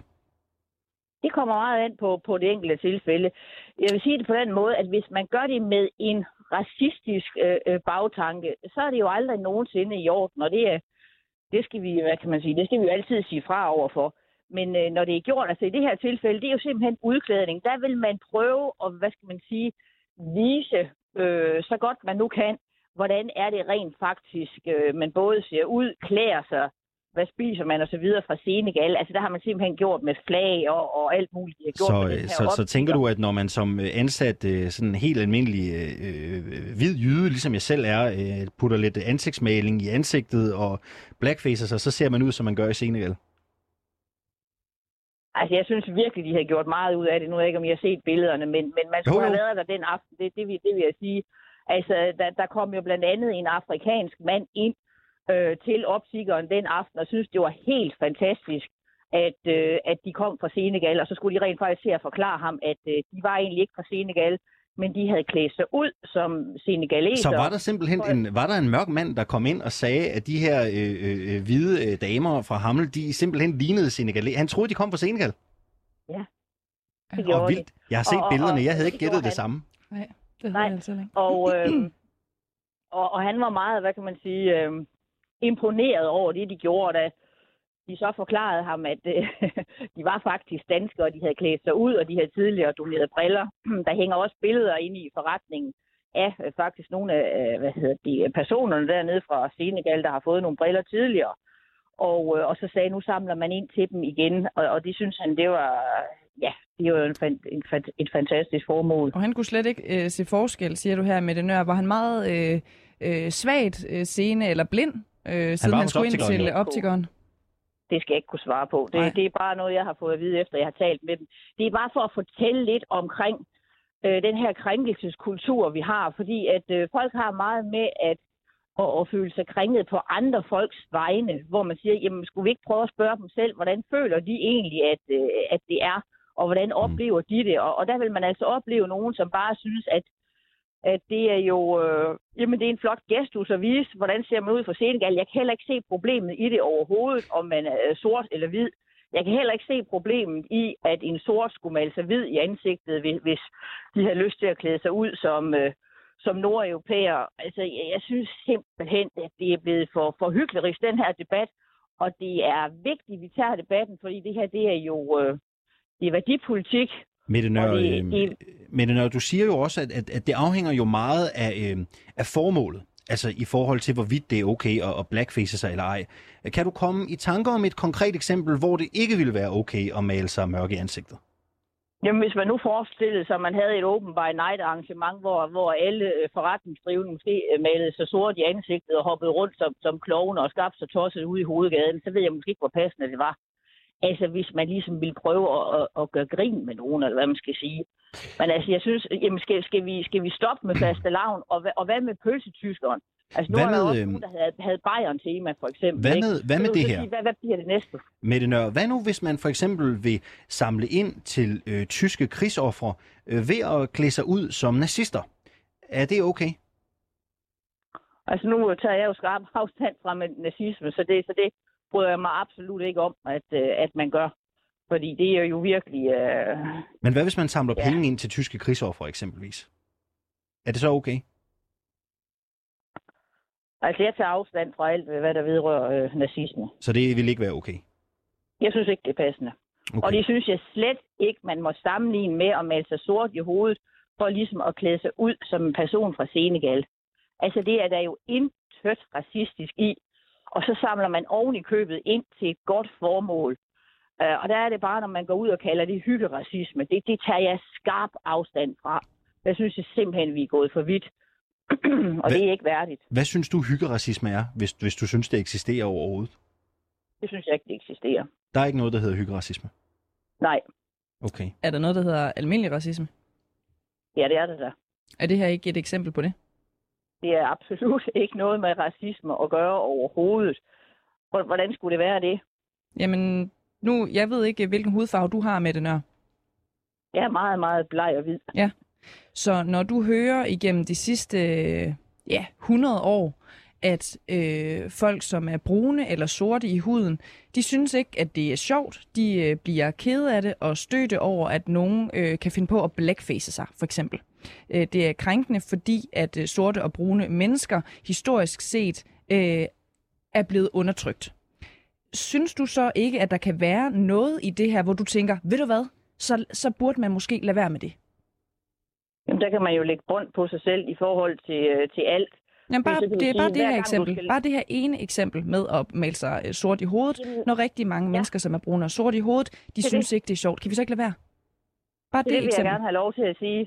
Det kommer meget an på, på det enkelte tilfælde. Jeg vil sige det på den måde, at hvis man gør det med en racistisk øh, bagtanke, så er det jo aldrig nogensinde i orden, og det er Det skal vi, hvad kan man sige, det skal vi jo altid sige fra overfor. Men øh, når det er gjort, altså i det her tilfælde, det er jo simpelthen udklædning. Der vil man prøve at, hvad skal man sige, vise øh, så godt man nu kan, hvordan er det rent faktisk, øh, man både ser ud, klæder sig, hvad spiser man og så videre fra Senegal. Altså der har man simpelthen gjort med flag og, og alt muligt. De har gjort så, den her så, så tænker du, at når man som ansat sådan en helt almindelig øh, hvid jyde, ligesom jeg selv er, øh, putter lidt ansigtsmaling i ansigtet og blackfacer sig, så ser man ud, som man gør i Senegal? Altså, jeg synes virkelig, de har gjort meget ud af det. Nu ved jeg ikke, om I har set billederne, men, men man skulle jo, jo. have været der den aften. Det, det, det vil jeg sige. Altså, der, der kom jo blandt andet en afrikansk mand ind øh, til optikeren den aften, og synes, det var helt fantastisk, at, øh, at de kom fra Senegal. Og så skulle de rent faktisk se at forklare ham, at øh, de var egentlig ikke fra Senegal, men de havde klædt sig ud som senegaleser. Så var der simpelthen en, var der en mørk mand, der kom ind og sagde, at de her øh, øh, hvide øh, damer fra Hammel, de simpelthen lignede senegaleser. Han troede, de kom fra Senegal? Ja, det gjorde og vildt. De. Jeg har set og, billederne, jeg havde ikke gættet det, det samme. Nej, det havde Nej. jeg altså ikke. Og, øh, og, og han var meget, hvad kan man sige, øh, imponeret over det, de gjorde, da de så forklarede ham, at øh, de var faktisk danskere, og de havde klædt sig ud, og de havde tidligere doneret briller. Der hænger også billeder inde i forretningen af øh, faktisk nogle af hvad hedder de, personerne dernede fra Senegal, der har fået nogle briller tidligere. Og, øh, og så sagde, nu samler man ind til dem igen, og, og det synes han, det var, ja, det var jo en, en, en, et fantastisk formål. Og han kunne slet ikke øh, se forskel, siger du her med det nør. Var han meget øh, øh, svagt øh, seende eller blind, øh, siden han, han skulle ind til optikeren? Det skal jeg ikke kunne svare på. Det, det er bare noget, jeg har fået at vide, efter jeg har talt med dem. Det er bare for at fortælle lidt omkring øh, den her krænkelseskultur, vi har. Fordi at øh, folk har meget med at, at, at føle sig krænket på andre folks vegne. Hvor man siger, jamen skulle vi ikke prøve at spørge dem selv, hvordan føler de egentlig, at, øh, at det er? Og hvordan oplever de det? Og, og der vil man altså opleve nogen, som bare synes, at at det er jo, øh, jamen det er en flot gestus at vise, hvordan ser man ud for Senegal. Jeg kan heller ikke se problemet i det overhovedet, om man er sort eller hvid. Jeg kan heller ikke se problemet i, at en sort skulle male sig hvid i ansigtet, hvis de har lyst til at klæde sig ud som, øh, som nordeuropæer. Altså, jeg, jeg synes simpelthen, at det er blevet for, for hyklerisk, den her debat. Og det er vigtigt, at vi tager debatten, fordi det her, det er jo øh, det er værdipolitik. Mette Nør, det, det... Mette Nør, du siger jo også, at, at, at det afhænger jo meget af, øh, af formålet. Altså i forhold til, hvorvidt det er okay at, at blackface sig eller ej. Kan du komme i tanker om et konkret eksempel, hvor det ikke ville være okay at male sig mørk i ansigtet? Jamen, hvis man nu forestillede sig, at man havde et open by night arrangement, hvor, hvor alle forretningsdrivende måske malede sig sort i ansigtet og hoppede rundt som, som klovne og skabte sig tosset ude i hovedgaden, så ved jeg måske ikke, hvor passende det var. Altså, hvis man ligesom ville prøve at, at, at gøre grin med nogen, eller hvad man skal sige. Men altså, jeg synes, jamen, skal, skal, vi, skal vi stoppe med fastelavn, og, og hvad med pølsetyskeren? Altså, nu hvad er der med, også nogen, der havde, havde Bayern-tema, for eksempel. Hvad med, hvad med det, det her? Sige, hvad, hvad bliver det næste? Mette Nør, hvad nu, hvis man for eksempel vil samle ind til øh, tyske krigsofre øh, ved at klæde sig ud som nazister? Er det okay? Altså, nu tager jeg jo skarp afstand fra med nazisme, så det, så det bryder jeg mig absolut ikke om, at, at man gør. Fordi det er jo virkelig... Øh... Men hvad hvis man samler ja. penge ind til tyske krigsofre eksempelvis? Er det så okay? Altså, jeg tager afstand fra alt, hvad der vedrører øh, nazisme. Så det vil ikke være okay? Jeg synes ikke, det er passende. Okay. Og det synes jeg slet ikke, man må sammenligne med at male sig sort i hovedet, for ligesom at klæde sig ud som en person fra Senegal. Altså, det er der jo intet racistisk i. Og så samler man oven i købet ind til et godt formål. Uh, og der er det bare, når man går ud og kalder det hyggeracisme. Det, det tager jeg skarp afstand fra. Jeg synes jeg simpelthen, vi er gået for vidt. og hvad, det er ikke værdigt. Hvad synes du, hyggeracisme er, hvis, hvis du synes, det eksisterer overhovedet? Det synes jeg ikke, det eksisterer. Der er ikke noget, der hedder hyggeracisme? Nej. Okay. Er der noget, der hedder almindelig racisme? Ja, det er det der. Er det her ikke et eksempel på det? Det er absolut ikke noget med racisme at gøre overhovedet. Hvordan skulle det være det? Jamen, nu, jeg ved ikke, hvilken hudfarve du har, Mette Nør. Jeg er meget, meget bleg og hvid. Ja, så når du hører igennem de sidste ja, hundrede år, at øh, folk, som er brune eller sorte i huden, de synes ikke, at det er sjovt. De øh, bliver kede af det og støtte over, at nogen øh, kan finde på at blackface sig, for eksempel. Øh, det er krænkende, fordi at øh, sorte og brune mennesker historisk set øh, er blevet undertrykt. Synes du så ikke, at der kan være noget i det her, hvor du tænker, ved du hvad, så, så burde man måske lade være med det? Jamen, der kan man jo lægge bånd på sig selv i forhold til, til alt. Jamen bare, Så kan du det er sige, bare det hver her gang du eksempel. skal- Bare det her ene eksempel med at male sig øh, sort i hovedet, Jamen, når rigtig mange ja. mennesker, som er brune og sort i hovedet, de det. synes ikke, det er sjovt. Kan vi så ikke lade være? Bare Det, det, det vil eksempel. jeg gerne have lov til at sige.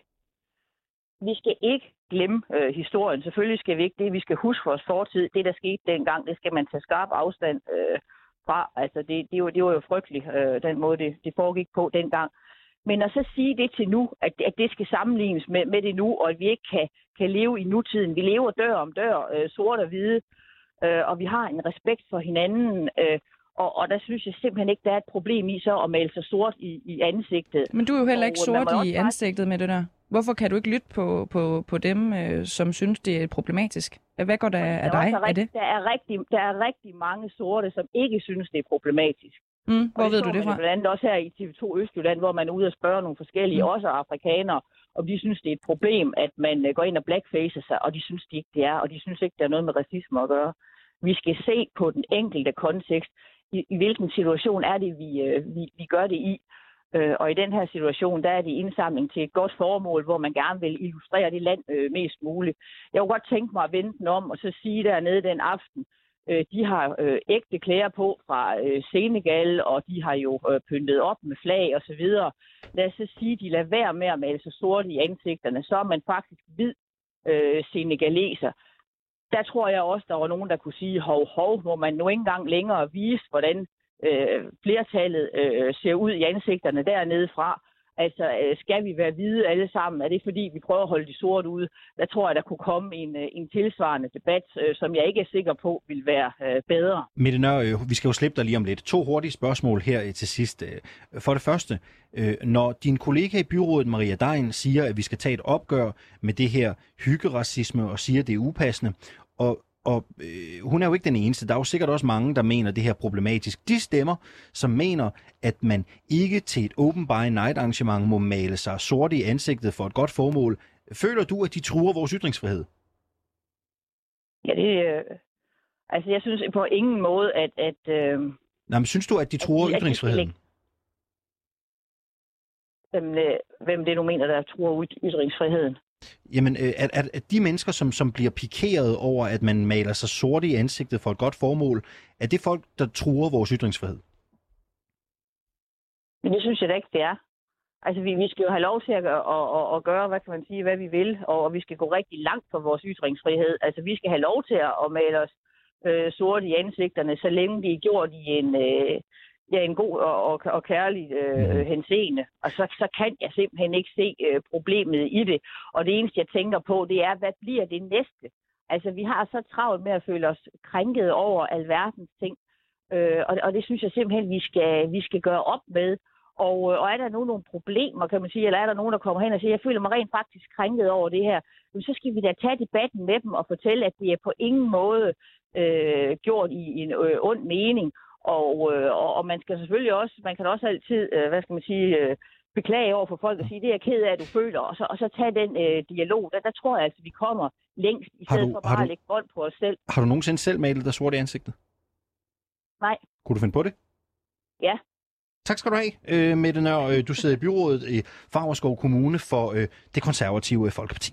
Vi skal ikke glemme øh, historien. Selvfølgelig skal vi ikke det. Vi skal huske vores fortid. Det, der skete dengang, det skal man tage skarp afstand øh, fra. Altså, det, det, var, det var jo frygteligt, øh, den måde, det, det foregik på dengang. Men at så sige det til nu, at, at det skal sammenlignes med, med det nu, og at vi ikke kan, kan leve i nutiden. Vi lever dør om dør, øh, sort og hvide, øh, og vi har en respekt for hinanden. Øh, og, og der synes jeg simpelthen ikke, der er et problem i så at male sig sort i, i ansigtet. Men du er jo heller ikke Og, øh, man sort må i også bare- ansigtet med det der. Hvorfor kan du ikke lytte på, på, på dem, øh, som synes, det er problematisk? Hvad går der af Der er dig også af det? rigtig, der, er rigtig, der er rigtig mange sorte, som ikke synes, det er problematisk. Mm, hvor Og ved så du det man fra? jo Blandt andet også her i T V to Østjylland, hvor man er ude og spørge nogle forskellige, Mm. mm. også afrikanere, om de synes, det er et problem, at man øh, går ind og blackfacer sig, og de synes det ikke, det er, og de synes ikke, der er noget med racisme at gøre. Vi skal se på den enkelte kontekst, i, i hvilken situation er det, vi, øh, vi, vi gør det i. Øh, og i den her situation, der er det indsamling til et godt formål, hvor man gerne vil illustrere det land øh, mest muligt. Jeg kunne godt tænke mig at vende den om, og så sige dernede den aften, øh, de har øh, ægte klæder på fra øh, Senegal, og de har jo øh, pyntet op med flag og så videre. Lad os så sige, de lader være med at male sig sorte i ansigterne, så er man faktisk hvid øh, senegaleser. Der tror jeg også, der var nogen, der kunne sige, hov, hov, må man nu ikke engang længere vise, hvordan øh, flertallet øh, ser ud i ansigterne dernede fra. Altså, øh, skal vi være hvide alle sammen? Er det fordi, vi prøver at holde de sorte ude? Der tror jeg, der kunne komme en, øh, en tilsvarende debat, øh, som jeg ikke er sikker på vil være øh, bedre. Mette Nør, øh, vi skal jo slippe dig lige om lidt. To hurtige spørgsmål her øh, til sidst. Øh, For det første, øh, når din kollega i byrådet, Maria Dein, siger, at vi skal tage et opgør med det her hyggeracisme og siger, at det er upassende, og Og øh, hun er jo ikke den eneste. Der er jo sikkert også mange, der mener, det her er problematisk. De stemmer, som mener, at man ikke til et open by night arrangement må male sig sorte i ansigtet for et godt formål. Føler du, at de truer vores ytringsfrihed? Ja, det øh, altså jeg synes på ingen måde, at... at øh, Nej, men synes du, at de truer at de- at de skal ytringsfriheden? hvem, øh, hvem det nu mener, der truer yt- ytringsfriheden. Jamen, øh, at, at, at de mennesker, som, som bliver pikeret over, at man maler sig sorte i ansigtet for et godt formål, er det folk, der truer vores ytringsfrihed? Men det synes jeg da ikke, det er. Altså, vi, vi skal jo have lov til at, at, at, at gøre, hvad kan man sige, hvad vi vil, og vi skal gå rigtig langt for vores ytringsfrihed. Altså, vi skal have lov til at, at male os øh, sorte i ansigterne, så længe de er gjort i en, øh, ja, en god og, og, og kærlig øh, henseende. Og så, så kan jeg simpelthen ikke se øh, problemet i det. Og det eneste, jeg tænker på, det er, hvad bliver det næste? Altså, vi har så travlt med at føle os krænket over alverdens ting. Øh, og, og det synes jeg simpelthen, vi skal, vi skal gøre op med. Og, og er der nu nogle problemer, kan man sige, eller er der nogen, der kommer hen og siger, jeg føler mig rent faktisk krænket over det her, så skal vi da tage debatten med dem og fortælle, at det er på ingen måde øh, gjort i en øh, ond mening. Og, øh, og, og man skal selvfølgelig også, man kan også altid, øh, hvad skal man sige, øh, beklage over for folk og sige, det er jeg ked af, at du føler, og så, og så tage den øh, dialog. Der, der tror jeg altså, vi kommer længst, i stedet du- for har bare du- at lægge bånd på os selv. Har du nogensinde selv malet dig sort i ansigtet? Nej. Kunne du finde på det? Ja. Tak skal du have, øh, Mette Nør. Øh, Du sidder i byrådet i Favrskov Kommune for øh, det konservative Folkeparti.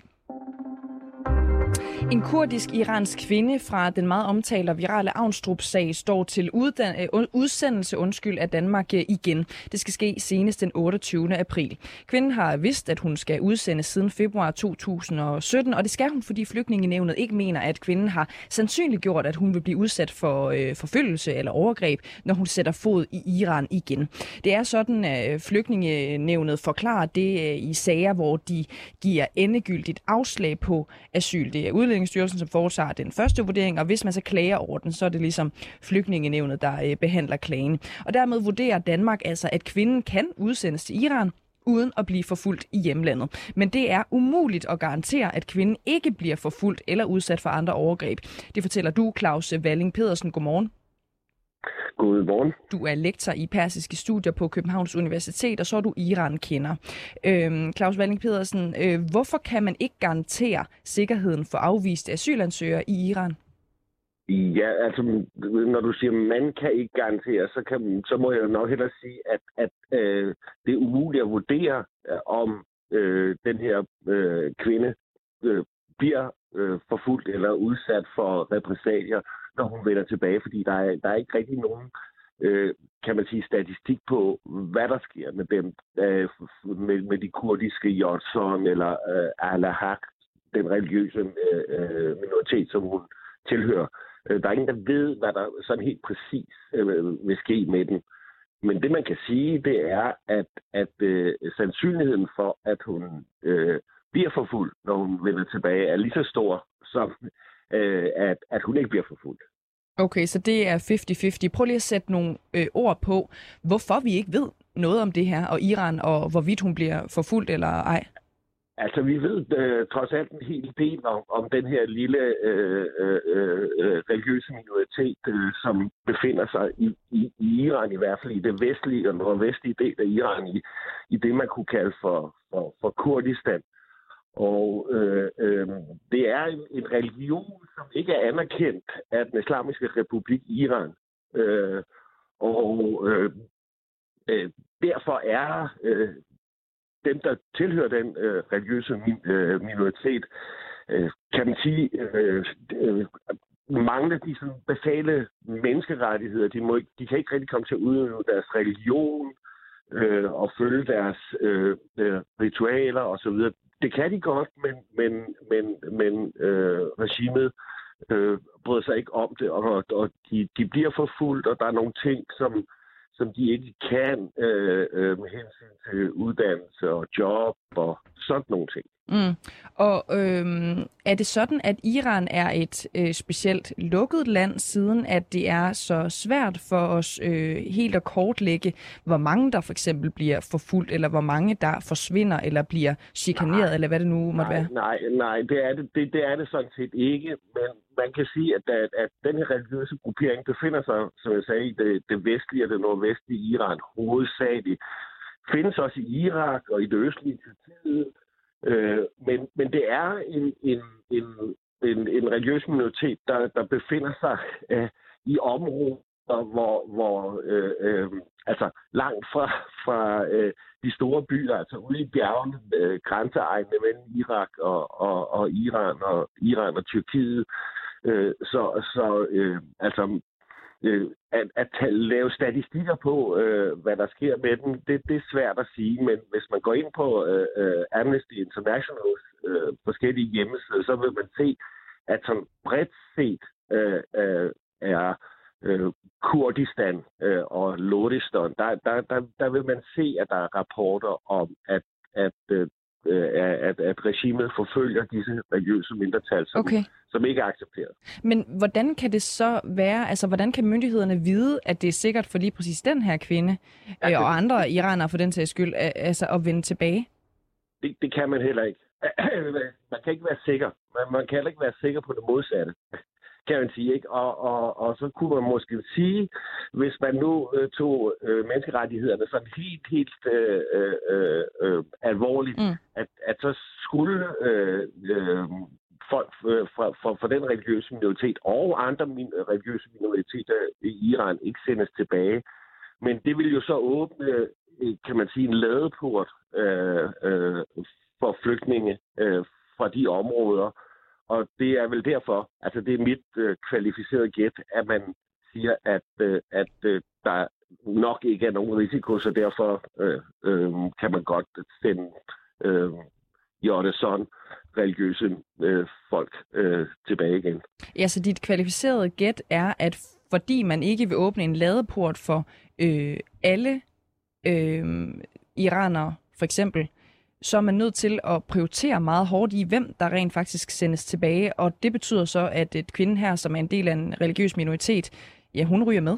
En kurdisk-iransk kvinde fra den meget omtalte og virale Avnstrup-sag står til uddan- øh, udsendelse undskyld, af Danmark øh, igen. Det skal ske senest den otteogtyvende april. Kvinden har vidst, at hun skal udsendes siden februar to tusind og sytten, og det skal hun, fordi Flygtningenævnet ikke mener, at kvinden har sandsynliggjort, at hun vil blive udsat for øh, forfølgelse eller overgreb, når hun sætter fod i Iran igen. Det er sådan, at Flygtningenævnet forklarer det øh, i sager, hvor de giver endegyldigt afslag på asyl. Det er Udlændingsstyrelsen, som foretager den første vurdering, og hvis man så klager over den, så er det ligesom Flygtningenævnet, der øh, behandler klagen. Og dermed vurderer Danmark altså, at kvinden kan udsendes til Iran, uden at blive forfulgt i hjemlandet. Men det er umuligt at garantere, at kvinden ikke bliver forfulgt eller udsat for andre overgreb. Det fortæller du, Claus Walling Pedersen. Godmorgen. Godmorgen. Du er lektor i persiske studier på Københavns Universitet, og så er du Iran-kender. Øhm, Claus Walling Pedersen, øh, hvorfor kan man ikke garantere sikkerheden for afviste asylansøgere i Iran? Ja, altså, når du siger, man kan ikke garantere, så, kan, så må jeg jo nok hellere sige, at, at øh, det er umuligt at vurdere, øh, om øh, den her øh, kvinde øh, bliver øh, for, forfulgt eller udsat for repressalier, når hun vender tilbage, fordi der er, der er ikke rigtig nogen, øh, kan man sige, statistik på, hvad der sker med dem, øh, med, med de kurdiske Yozon eller øh, Al-Haq, den religiøse øh, minoritet, som hun tilhører. Der er ingen, der ved, hvad der sådan helt præcis øh, vil ske med den. Men det, man kan sige, det er, at, at øh, sandsynligheden for, at hun øh, bliver forfulgt, når hun vender tilbage, er lige så stor, som øh, at, at hun ikke bliver forfulgt. Okay, så det er halvtreds halvtreds. Prøv lige at sætte nogle øh, ord på, hvorfor vi ikke ved noget om det her, og Iran, og hvorvidt hun bliver forfulgt eller ej. Altså, vi ved øh, trods alt en hel del om, om den her lille øh, øh, øh, religiøse minoritet, øh, som befinder sig i, i, i Iran, i hvert fald i det vestlige og nordvestlige del af Iran, i, i det, man kunne kalde for, for, for Kurdistan. Og øh, øh, det er en, en religion, som ikke er anerkendt af den islamiske republik Iran. Øh, og øh, øh, derfor er... Øh, dem, der tilhører den øh, religiøse min, øh, minoritet, øh, kan man sige, øh, øh, mangler de sådan basale menneskerettigheder. De, må ikke, de kan ikke rigtig komme til at udøve deres religion øh, og følge deres øh, øh, ritualer osv. Det kan de godt, men, men, men, men øh, regimet øh, bryder sig ikke om det, og, og de, de bliver forfulgt, og der er nogle ting, som som de ikke kan øh, øh, med hensyn til uddannelse og job og sådan nogle ting. Mm. Og øhm, er det sådan, at Iran er et øh, specielt lukket land, siden at det er så svært for os øh, helt at kortlægge, hvor mange der for eksempel bliver forfulgt, eller hvor mange der forsvinder, eller bliver chikaneret, nej, eller hvad det nu måtte nej, være? Nej, nej, det er det, det, det er det sådan set ikke, men man kan sige, at, at, at den her religiøse gruppering befinder sig, som jeg sagde, i det, det vestlige og det nordvestlige Iran hovedsageligt. Findes også i Irak og i det østlige Tyrkiet. Øh, men, men det er en, en, en, en, en religiøs minoritet, der, der befinder sig øh, i områder, hvor, hvor øh, øh, altså langt fra, fra øh, de store byer, altså ude i bjergene, øh, grænseegne mellem Irak og, og, og Iran og Iran og Tyrkiet. Øh, så så øh, altså øh, at, at lave statistikker på, øh, hvad der sker med den, det, det er svært at sige, men hvis man går ind på øh, Amnesty Internationals øh, forskellige hjemmesider, så vil man se, at som bredt set øh, øh, er øh, Kurdistan øh, og Lodistan, der, der, der, der vil man se, at der er rapporter om, at, at øh, At, at regimet forfølger disse religiøse mindretal, som, okay. som ikke er accepteret. Men hvordan kan det så være, altså hvordan kan myndighederne vide, at det er sikkert for lige præcis den her kvinde, ja, det, og andre iranere for den sags skyld, altså at vende tilbage? Det, det kan man heller ikke. Man kan ikke være sikker. Man, man kan heller ikke være sikker på det modsatte, kan man sige, ikke? Og, og, og så kunne man måske sige, hvis man nu øh, tog øh, menneskerettighederne sådan helt, helt øh, øh, øh, alvorligt, mm. at, at så skulle øh, øh, folk øh, fra, fra, fra den religiøse minoritet og andre min, religiøse minoriteter i Iran ikke sendes tilbage. Men det vil jo så åbne, kan man sige, en ladeport øh, øh, for flygtninge øh, fra de områder. Og det er vel derfor, altså det er mit øh, kvalificerede gæt, at man siger, at, øh, at øh, der nok ikke er nogen risiko, så derfor øh, øh, kan man godt sende øh, Yozon religiøse øh, folk øh, tilbage igen. Ja, så dit kvalificerede gæt er, at fordi man ikke vil åbne en ladeport for øh, alle øh, iranere, for eksempel, så er man nødt til at prioritere meget hårdt i, hvem der rent faktisk sendes tilbage. Og det betyder så, at et kvinde her, som er en del af en religiøs minoritet, ja, hun ryger med.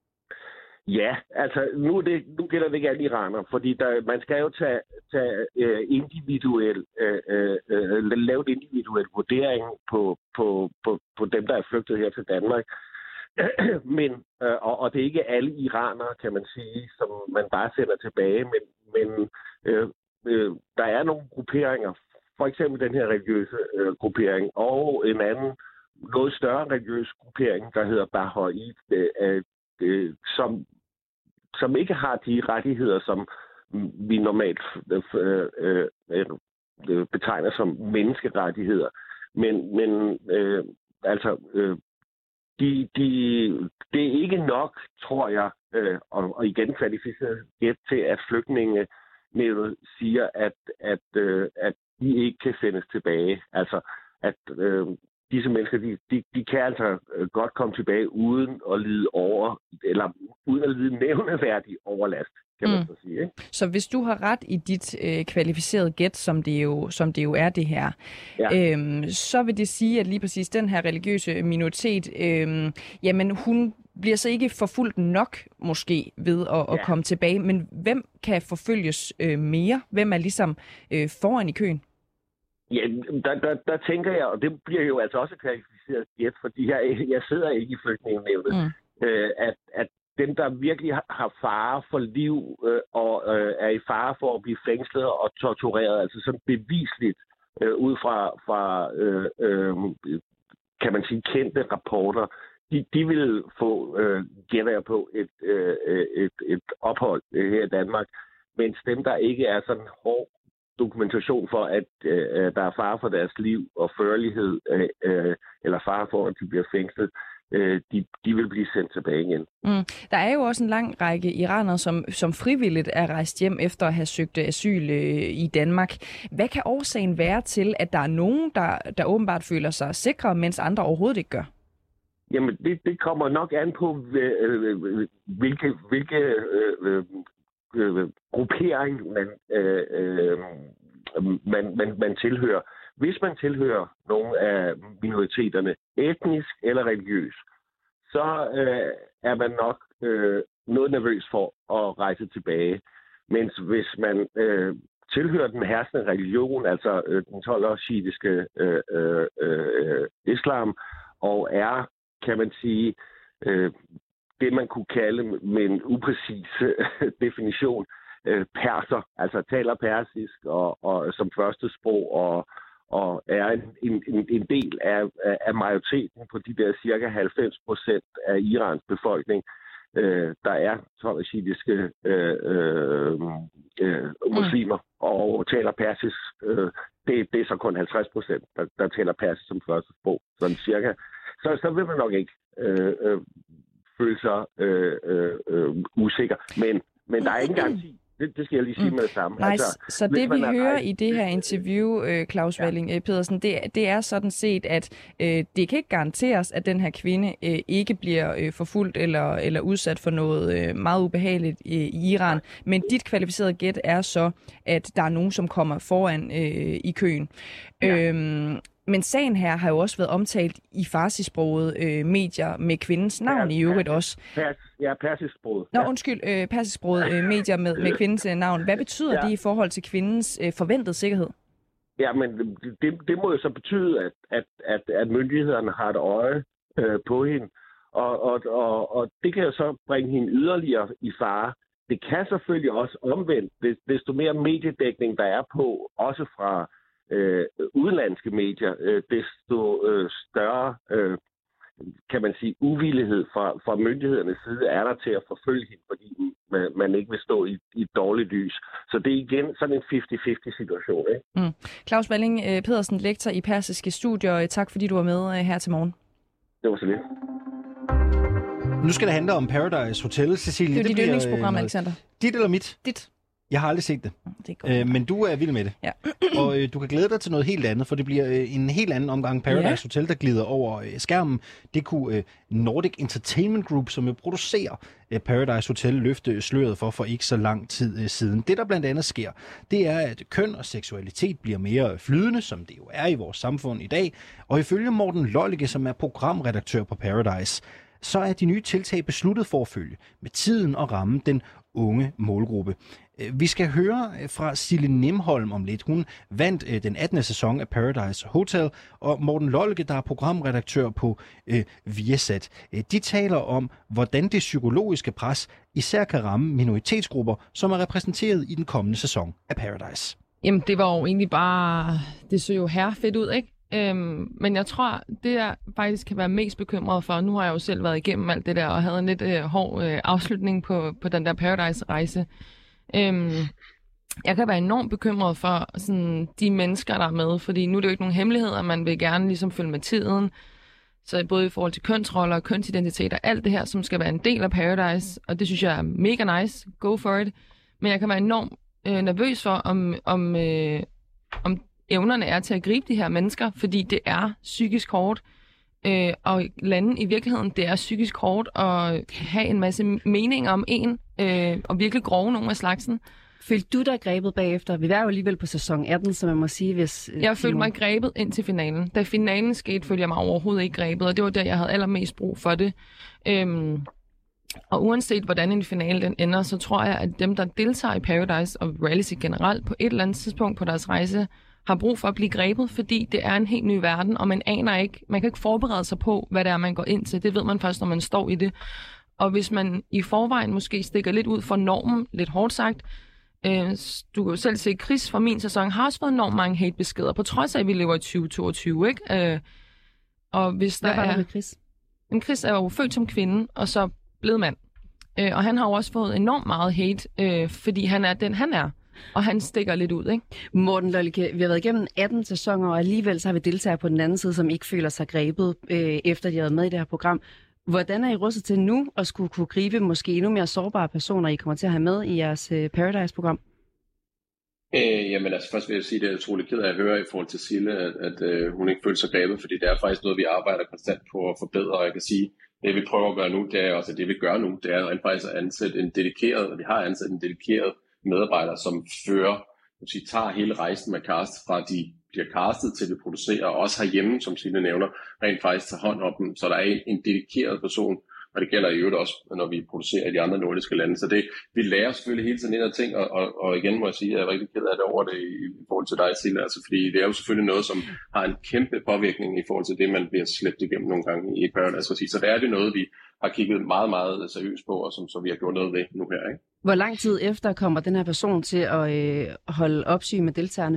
Ja, altså nu, er det, nu gælder det ikke alle iranere, fordi der, man skal jo tage, tage uh, individuel, uh, uh, lave en individuel vurdering på, på, på, på dem, der er flygtet her til Danmark. men, uh, og, og det er ikke alle iranere, kan man sige, som man bare sender tilbage, men, men uh, uh, der er nogle grupperinger, for eksempel den her religiøse uh, gruppering, og en anden, noget større religiøs gruppering, der hedder Baha'i, uh, uh, som som ikke har de rettigheder, som vi normalt øh, øh, betegner som menneskerettigheder. Men, men øh, altså, øh, de, de, det er ikke nok, tror jeg, øh, og, og igen kvalificeret gæt til, at flygtninge siger, at, at, øh, at de ikke kan sendes tilbage. Altså, at øh, disse mennesker, de, de, de kan altså godt komme tilbage uden at lide over, eller uden at lide nævneværdig overlast, kan man mm. så sige. Ikke? Så hvis du har ret i dit øh, kvalificerede gæt, som det jo, som det jo er det her, ja. øhm, så vil det sige, at lige præcis den her religiøse minoritet, øhm, jamen hun bliver så ikke forfulgt nok måske ved at, ja. at komme tilbage, men hvem kan forfølges øh, mere? Hvem er ligesom øh, foran i køen? Ja, der, der, der tænker jeg, og det bliver jo altså også kvalificeret gæt, fordi jeg, jeg sidder ikke i flygtningenævnet, mm. øh, at, at dem, der virkelig har fare for liv øh, og øh, er i fare for at blive fængslet og tortureret, altså sådan bevisligt øh, ud fra, fra øh, øh, kan man sige, kendte rapporter, de, de vil få, øh, gætter jeg på, et, øh, et, et ophold øh, her i Danmark, mens dem, der ikke er sådan hård dokumentation for, at øh, der er fare for deres liv og førlighed, øh, eller fare for, at de bliver fængslet, øh, de, de vil blive sendt tilbage igen. Mm. Der er jo også en lang række iranere, som, som frivilligt er rejst hjem efter at have søgt asyl øh, i Danmark. Hvad kan årsagen være til, at der er nogen, der, der åbenbart føler sig sikre, mens andre overhovedet ikke gør? Jamen, det, det kommer nok an på, hvilke, hvilke øh, øh, gruppering man, øh, øh, man, man, man tilhører. Hvis man tilhører nogle af minoriteterne, etnisk eller religiøs, så øh, er man nok øh, noget nervøs for at rejse tilbage. Mens hvis man øh, tilhører den herskende religion, altså øh, den tolv-års-shiitiske øh, øh, øh, islam, og er, kan man sige, øh, det man kunne kalde med en upræcis øh, definition, øh, perser, altså taler persisk og, og som første sprog og, og er en, en, en del af, af majoriteten på de der cirka halvfems procent af Irans befolkning, øh, der er tolv-shiitiske øh, øh, øh, muslimer mm. og taler persisk. Øh, det, det er så kun halvtreds procent, der, der taler persisk som første sprog, sådan cirka. Så, så vil man nok ikke øh, øh, føle sig øh, øh, usikker. Men, men der er ingen garanti. Det, det skal jeg lige sige mm. med det samme. Nej, altså, så det vi hører er... i det her interview, Claus ja. Walling Pedersen, det, det er sådan set, at øh, det kan ikke garanteres, at den her kvinde øh, ikke bliver øh, forfulgt eller, eller udsat for noget øh, meget ubehageligt øh, i Iran. Men dit kvalificerede gæt er så, at der er nogen, som kommer foran øh, i køen. Ja. Øhm, Men sagen her har jo også været omtalt i farsisksprogede øh, medier med kvindens navn ja, i øvrigt også. Pers, ja, persisksproget. Nå, undskyld, øh, persisksprogede øh, medier med, med kvindens øh, navn. Hvad betyder ja. det i forhold til kvindens øh, forventede sikkerhed? Ja, men det, det må jo så betyde, at, at, at, at myndighederne har et øje øh, på hende. Og, og, og, og det kan jo så bringe hende yderligere i fare. Det kan selvfølgelig også omvendt, desto mere mediedækning der er på, også fra Øh, udenlandske medier, øh, desto øh, større, øh, kan man sige, uvillighed fra, fra myndighedernes side er der til at forfølge hende, fordi man, man ikke vil stå i, i et dårligt lys. Så det er igen sådan en halvtreds halvtreds situation. Ikke? Mm. Claus Walling Pedersen, lektor i persiske studier. Tak fordi du var med her til morgen. Det var så lidt. Nu skal det handle om Paradise Hotel, Cecilie. Det er jo dit yndlingsprogram, Alexander. Dit eller mit? Dit. Jeg har aldrig set det, det er godt. øh, men du er vild med det. Ja. Og øh, du kan glæde dig til noget helt andet, for det bliver øh, en helt anden omgang Paradise ja. Hotel, der glider over øh, skærmen. Det kunne øh, Nordic Entertainment Group, som jo producerer øh, Paradise Hotel, løfte sløret for for ikke så lang tid øh, siden. Det, der blandt andet sker, det er, at køn og seksualitet bliver mere flydende, som det jo er i vores samfund i dag. Og ifølge Morten Lollicke, som er programredaktør på Paradise, så er de nye tiltag besluttet for at følge med tiden og ramme den unge målgruppe. Vi skal høre fra Sille Nimholm om lidt. Hun vandt den attende sæson af Paradise Hotel, og Morten Lollicke, der er programredaktør på øh, Viasat. De taler om, hvordan det psykologiske pres især kan ramme minoritetsgrupper, som er repræsenteret i den kommende sæson af Paradise. Jamen, det var jo egentlig bare... Det så jo herrefedt ud, ikke? Øhm, men jeg tror, det jeg faktisk kan være mest bekymret for, nu har jeg jo selv været igennem alt det der, og havde en lidt øh, hård øh, afslutning på, på den der Paradise-rejse, øhm, jeg kan være enormt bekymret for sådan, de mennesker, der er med, fordi nu er det jo ikke nogen hemmeligheder, man vil gerne ligesom følge med tiden. Så både i forhold til kønsroller og kønsidentitet og alt det her, som skal være en del af Paradise, og det synes jeg er mega nice. Go for it. Men jeg kan være enormt øh, nervøs for, om, om, øh, om evnerne er til at gribe de her mennesker, fordi det er psykisk hårdt. Øh, og lande i virkeligheden, det er psykisk hårdt at have en masse meninger om en, øh, og virkelig grove nogle af slagsen. Følte du dig grebet bagefter? Vi var jo alligevel på sæson atten, så man må sige, hvis... Jeg følte mig grebet ind til finalen. Da finalen skete, følte jeg mig overhovedet ikke grebet, og det var der, jeg havde allermest brug for det. Øhm, og uanset hvordan en finale den ender, så tror jeg, at dem, der deltager i Paradise og reality generelt, på et eller andet tidspunkt på deres rejse, har brug for at blive grebet, fordi det er en helt ny verden, og man aner ikke, man kan ikke forberede sig på, hvad det er, man går ind til. Det ved man først, når man står i det. Og hvis man i forvejen måske stikker lidt ud for normen, lidt hårdt sagt, du kan jo selv se, Chris fra min sæson har også fået enormt mange hatebeskeder, på trods af, at vi lever i tyve toogtyve, ikke? Og hvis der Hvad var er... det med Chris? Men Chris er jo født som kvinde, og så blevet mand. Og han har jo også fået enormt meget hate, fordi han er den, han er. Og han stikker lidt ud, ikke? Morten Lollike, vi har været igennem atten sæsoner, og alligevel så har vi deltagere på den anden side, som ikke føler sig grebet, øh, efter de har været med i det her program. Hvordan er I rustet til nu at skulle kunne gribe måske endnu mere sårbare personer, I kommer til at have med i jeres øh, Paradise-program? Øh, jamen altså først vil jeg sige, at det er utroligt ked af at høre i forhold til Sille, at, at øh, hun ikke føler sig grebet, fordi det er faktisk noget, vi arbejder konstant på at forbedre, og jeg kan sige, det vi prøver at gøre nu, det er også det vi gør nu, det er rent faktisk at ansætte en dedikeret, og vi har ansat en dedikeret medarbejder, som fører, sige, tager hele rejsen med cast, fra de bliver castet til vi producerer, og også herhjemme, som Sille nævner, rent faktisk tager hånd om dem, så der er en, en dedikeret person, og det gælder i øvrigt også, når vi producerer i de andre nordiske lande. Så det, vi lærer selvfølgelig hele tiden ind af ting, og, og, og igen må jeg sige, at jeg er rigtig ked af det over det i, i forhold til dig, Sille, altså fordi det er jo selvfølgelig noget, som har en kæmpe påvirkning i forhold til det, man bliver slæbt igennem nogle gange i Paradise. Så det er det noget, vi har kigget meget, meget seriøst på, og som så vi har gjort noget ved nu her, ikke? Hvor lang tid efter kommer den her person til at øh, holde opsyn med deltagerne?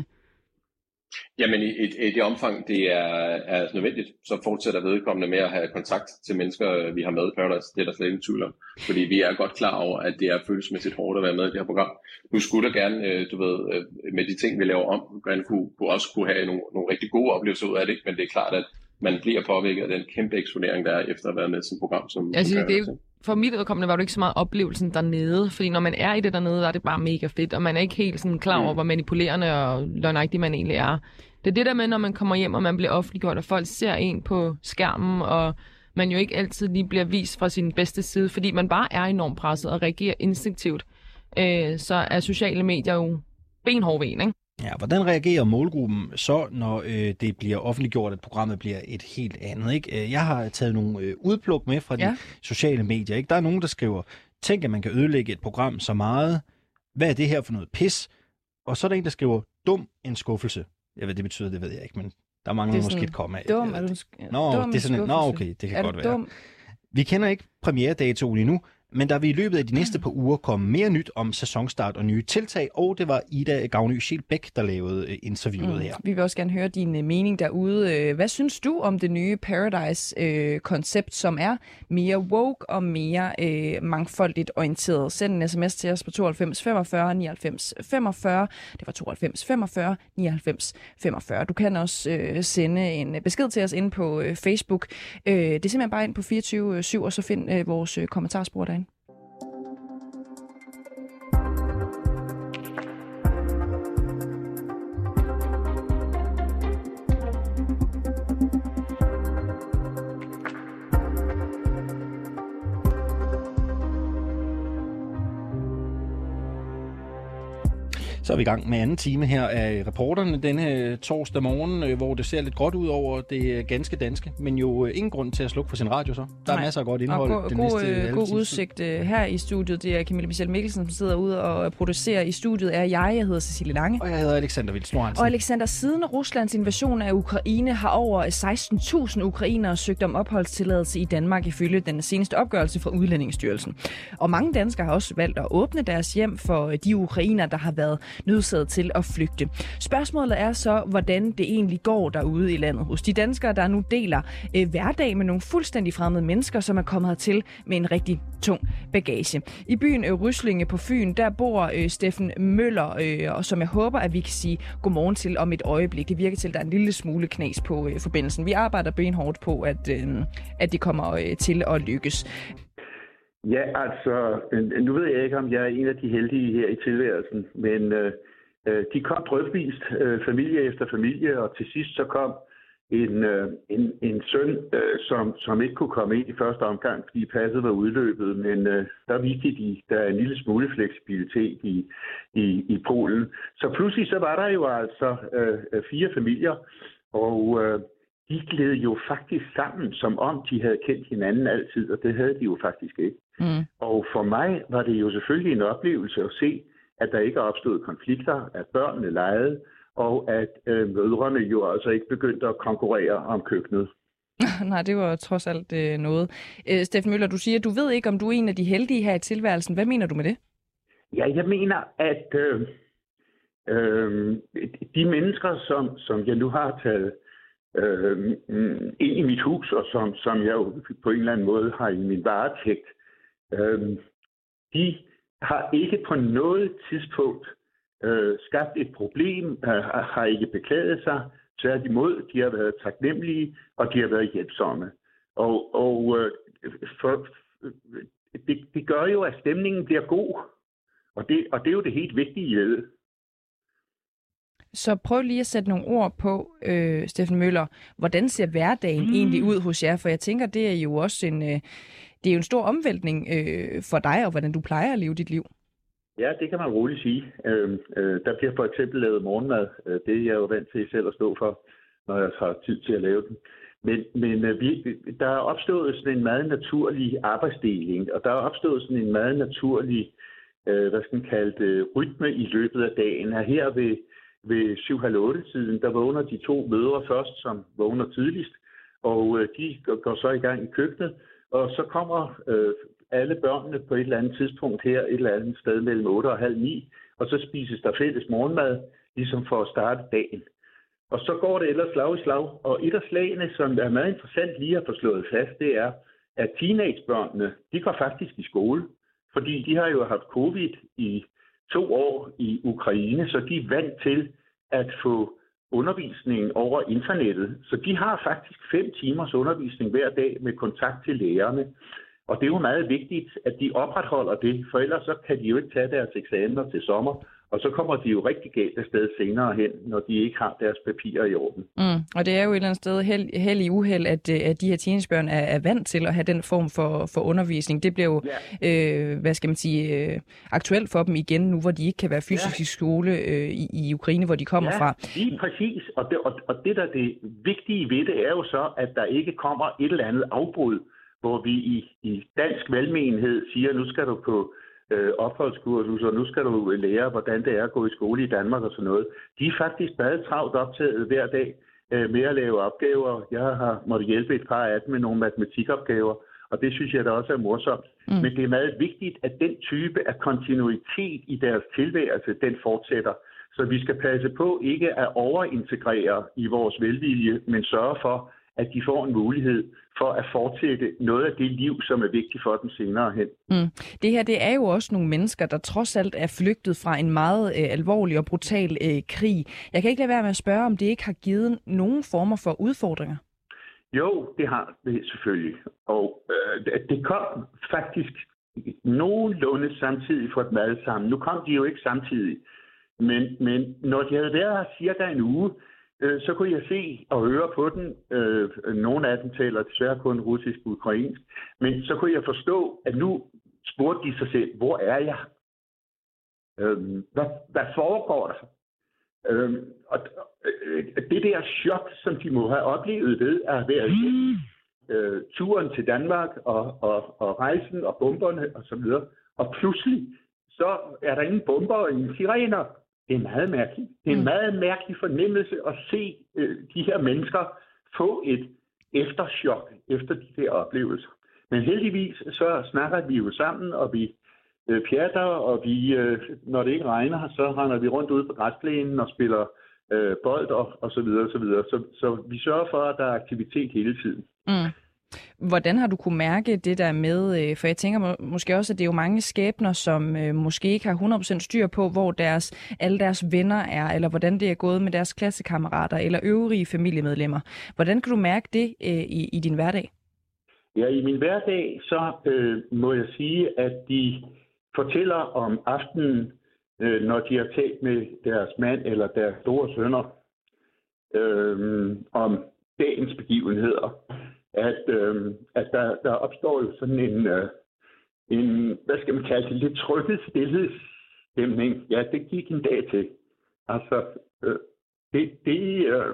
Jamen i, i, i det omfang, det er, er nødvendigt, så fortsætter vedkommende med at have kontakt til mennesker, vi har med i Paradise. Det er der slet ingen tvivl om. Fordi vi er godt klar over, at det er følelsesmæssigt hårdt at være med i det her program. Nu skulle der gerne, du ved, med de ting, vi laver om, gerne kunne, kunne også kunne have nogle, nogle rigtig gode oplevelser ud af det. Men det er klart, at man bliver påvirket af den kæmpe eksponering, der er efter at være med i sådan et program. Som, jeg synes, som det er, for mit udkommende var det ikke så meget oplevelsen dernede, fordi når man er i det dernede, der er det bare mega fedt, og man er ikke helt sådan klar over, hvor manipulerende og løgnagtig man egentlig er. Det er det der med, når man kommer hjem, og man bliver offentliggjort, og folk ser en på skærmen, og man jo ikke altid lige bliver vist fra sin bedste side, fordi man bare er enormt presset og reagerer instinktivt. Øh, så er sociale medier jo benhård ved en, ikke? Ja, hvordan reagerer målgruppen så, når øh, det bliver offentliggjort, at programmet bliver et helt andet, ikke? Jeg har taget nogle øh, udpluk med fra de ja. sociale medier, ikke? Der er nogen, der skriver, tænk, at man kan ødelægge et program så meget. Hvad er det her for noget pis? Og så er der en, der skriver, dum en skuffelse. Jeg ved, det betyder, det ved jeg ikke, men der mangler måske et komma. Dum, er du Nå, dum det er sådan en, nå, okay, det kan er godt være. Dum? Vi kender ikke premieredatoen endnu, men der vil i løbet af de næste par uger komme mere nyt om sæsonstart og nye tiltag, og det var Ida Gavnø Schilbæk, der lavede interviewet mm. her. Vi vil også gerne høre din mening derude. Hvad synes du om det nye Paradise-koncept, som er mere woke og mere øh, mangfoldigt orienteret? Send en sms til os på tooghalvfems femogfyrre nioghalvfems femogfyrre. Det var tooghalvfems femogfyrre nioghalvfems femogfyrre. Du kan også øh, sende en besked til os inde på øh, Facebook. Øh, det er simpelthen bare ind på fireogtyve syv, og så find øh, vores øh, kommentarspor derinde. Så er vi i gang med anden time her af reporterne denne torsdag morgen, hvor det ser lidt godt ud over det ganske danske, men jo ingen grund til at slukke for sin radio så. Der er Nej. masser af godt indhold. Og den god, næste god udsigt her i studiet. Det er Camilla Michelle Mikkelsen, som sidder ude og producerer i studiet. Er jeg, jeg hedder Cecilie Lange. Og jeg hedder Alexander Vilsnor Hansen. Og Alexander, siden Ruslands invasion af Ukraine har over seksten tusind ukrainere søgt om opholdstilladelse i Danmark ifølge den seneste opgørelse fra Udlændingsstyrelsen. Og mange danskere har også valgt at åbne deres hjem for de ukrainere, der har været nødsaget til at flygte. Spørgsmålet er så, hvordan det egentlig går derude i landet hos de danskere, der nu deler øh, hverdag med nogle fuldstændig fremmede mennesker, som er kommet hertil med en rigtig tung bagage. I byen øh, Ryslinge på Fyn, der bor øh, Steffen Møller, øh, og som jeg håber, at vi kan sige godmorgen til om et øjeblik. Det virker til, at der er en lille smule knas på øh, forbindelsen. Vi arbejder benhårdt på, at, øh, at det kommer øh, til at lykkes. Ja, altså, nu ved jeg ikke, om jeg er en af de heldige her i tilværelsen, men øh, de kom drøbvist, øh, familie efter familie, og til sidst så kom en, øh, en, en søn, øh, som, som ikke kunne komme ind i første omgang, fordi passet var udløbet, men øh, der viste de, der er en lille smule fleksibilitet i, i, i Polen. Så pludselig så var der jo altså øh, fire familier, og øh, de gled jo faktisk sammen, som om de havde kendt hinanden altid, og det havde de jo faktisk ikke. Mm. Og for mig var det jo selvfølgelig en oplevelse at se, at der ikke er opstået konflikter, at børnene legede, og at øh, mødrene jo altså ikke begyndte at konkurrere om køkkenet. Nej, det var trods alt øh, noget. Øh, Steffen Møller, du siger, at du ved ikke, om du er en af de heldige her i tilværelsen. Hvad mener du med det? Ja, jeg mener, at øh, øh, de mennesker, som, som jeg nu har taget øh, ind i mit hus, og som, som jeg jo på en eller anden måde har i min varetægt, øh, de har ikke på noget tidspunkt øh, skabt et problem, øh, har ikke beklaget sig. Tværtimod, de har været taknemmelige, og de har været hjælpsomme. Og, og øh, for, det, det gør jo, at stemningen bliver god. Og det, og det er jo det helt vigtige i det. Så prøv lige at sætte nogle ord på, øh, Steffen Møller. Hvordan ser hverdagen mm. egentlig ud hos jer? For jeg tænker, det er jo også en, øh, det er jo en stor omvæltning øh, for dig, og hvordan du plejer at leve dit liv. Ja, det kan man roligt sige. Øh, øh, der bliver for eksempel lavet morgenmad. Øh, det er jeg jo vant til selv at stå for, når jeg har tid til at lave den. Men, men øh, vi, der er opstået sådan en meget naturlig arbejdsdeling, og der er opstået sådan en meget naturlig, øh, hvad skal man kalde det, rytme i løbet af dagen. Her ved, ved syv halv otte tiden, der vågner de to mødre først, som vågner tidligst, og øh, de går så i gang i køkkenet, og så kommer øh, alle børnene på et eller andet tidspunkt her, et eller andet sted mellem otte og halv ni, og så spises der fælles morgenmad, ligesom for at starte dagen. Og så går det ellers slag i slag, og et af slagene, som er meget interessant lige at få slået fast, det er, at teenagebørnene, de går faktisk i skole, fordi de har jo haft covid i to år i Ukraine, så de er vant til at få undervisning over internettet. Så de har faktisk fem timers undervisning hver dag med kontakt til lærerne. Og det er jo meget vigtigt, at de opretholder det, for ellers så kan de jo ikke tage deres eksamener til sommer, og så kommer de jo rigtig galt afsted senere hen, når de ikke har deres papirer i orden. Mm. Og det er jo et eller andet sted held, held i uheld, at, at de her teenagebørn er, er vant til at have den form for, for undervisning. Det bliver jo, ja. øh, hvad skal man sige, øh, aktuelt for dem igen nu, hvor de ikke kan være fysisk ja. i skole øh, i, i Ukraine, hvor de kommer ja, fra. Lige præcis. Og det, og, og det der det vigtige ved det er jo så, at der ikke kommer et eller andet afbrud, hvor vi i, i dansk velmenighed siger, nu skal du på øh, opholdskursus, og nu skal du lære, hvordan det er at gå i skole i Danmark og sådan noget. De er faktisk meget travlt optaget hver dag øh, med at lave opgaver. Jeg har måttet hjælpe et par af dem med nogle matematikopgaver, og det synes jeg da også er morsomt. Mm. Men det er meget vigtigt, at den type af kontinuitet i deres tilværelse, den fortsætter. Så vi skal passe på ikke at overintegrere i vores velvilje, men sørge for, at de får en mulighed for at fortsætte noget af det liv, som er vigtigt for dem senere hen. Mm. Det her, det er jo også nogle mennesker, der trods alt er flygtet fra en meget øh, alvorlig og brutal øh, krig. Jeg kan ikke lade være med at spørge, om det ikke har givet nogen former for udfordringer? Jo, det har det selvfølgelig. Og øh, det kom faktisk nogenlunde samtidig for dem alle sammen. Nu kom de jo ikke samtidig. Men, men når de havde været her cirka en uge, så kunne jeg se og høre på den. Øh, nogle af dem taler desværre kun russisk og ukrainsk. Men så kunne jeg forstå, at nu spurgte de sig selv, hvor er jeg? Øh, hvad, hvad foregår der? Øh, og øh, det der chok, som de må have oplevet ved at være i øh, turen til Danmark og, og, og rejsen og bomberne og så videre. Og pludselig så er der ingen bomber og ingen sirener. Det er meget mærkeligt. Det er en meget mærkelig fornemmelse at se øh, de her mennesker få et efterchok efter de der oplevelser. Men heldigvis så snakker vi jo sammen, og vi øh, pjatter, og vi, øh, når det ikke regner, så render vi rundt ude på græsplænen og spiller øh, bold og, og så videre, og så videre. Så, så vi sørger for, at der er aktivitet hele tiden. Mm. Hvordan har du kunne mærke det der med, for jeg tænker må, måske også, at det er jo mange skæbner, som øh, måske ikke har hundrede procent styr på, hvor deres, alle deres venner er, eller hvordan det er gået med deres klassekammerater, eller øvrige familiemedlemmer. Hvordan kan du mærke det øh, i, i din hverdag? Ja, i min hverdag, så øh, må jeg sige, at de fortæller om aftenen, øh, når de har talt med deres mand eller deres store sønner, øh, om dagens begivenheder. At, øh, at der, der opstår jo sådan en, øh, en, hvad skal man kalde det, lidt trykket stillhedsstemning. Ja, det gik en dag til. Altså, øh, det, det, øh,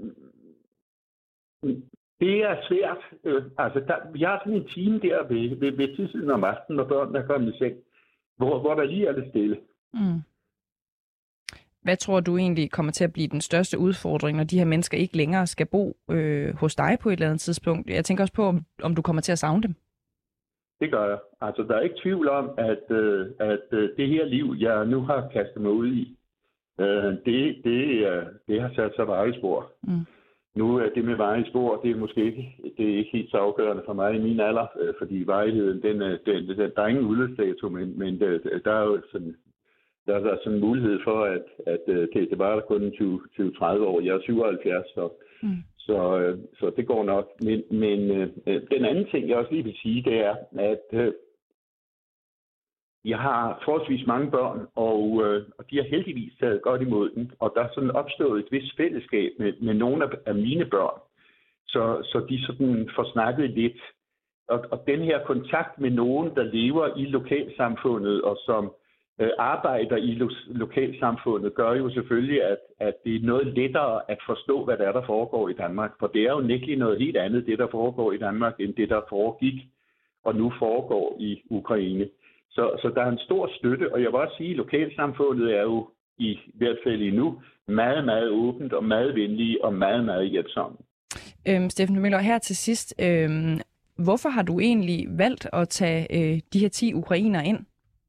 det er svært. Øh, altså, der, vi har sådan en time der ved, ved, ved tidssiden om aftenen, når børnene er kommet i seng, hvor, hvor der lige er lidt stille. Mm. Hvad tror du egentlig kommer til at blive den største udfordring, når de her mennesker ikke længere skal bo øh, hos dig på et eller andet tidspunkt? Jeg tænker også på, om, om du kommer til at savne dem. Det gør jeg. Altså, der er ikke tvivl om, at, øh, at øh, det her liv, jeg nu har kastet mig ud i, øh, det, det, øh, det har sat sig varige spor. Mm. Nu er det med varige spor, det er måske ikke, det er ikke helt så afgørende for mig i min alder, øh, fordi varigheden, den, den, den, der er ingen udløbsdato, men, men der er jo sådan... Der er der sådan en mulighed for, at, at det, det var der kun tyve til tredive år. Jeg er syvoghalvfjerds, så, mm. så, så det går nok. Men, men øh, den anden ting, jeg også lige vil sige, det er, at øh, jeg har forholdsvis mange børn, og, øh, og de har heldigvis taget godt imod den. Og der er sådan opstået et vist fællesskab med, med nogle af, af mine børn, så, så de sådan får snakket lidt. Og, og den her kontakt med nogen, der lever i lokalsamfundet, og som arbejder i lo- lokalsamfundet, gør jo selvfølgelig, at, at det er noget lettere at forstå, hvad der er, der foregår i Danmark. For det er jo nægteligt noget helt andet, det der foregår i Danmark, end det, der foregik og nu foregår i Ukraine. Så, så der er en stor støtte, og jeg vil også sige, at lokalsamfundet er jo i hvert fald endnu meget, meget åbent og meget venlige og meget, meget hjælpsomme. Øhm, Steffen Møller, her til sidst. Øhm, hvorfor har du egentlig valgt at tage øh, de her ti ukrainere ind?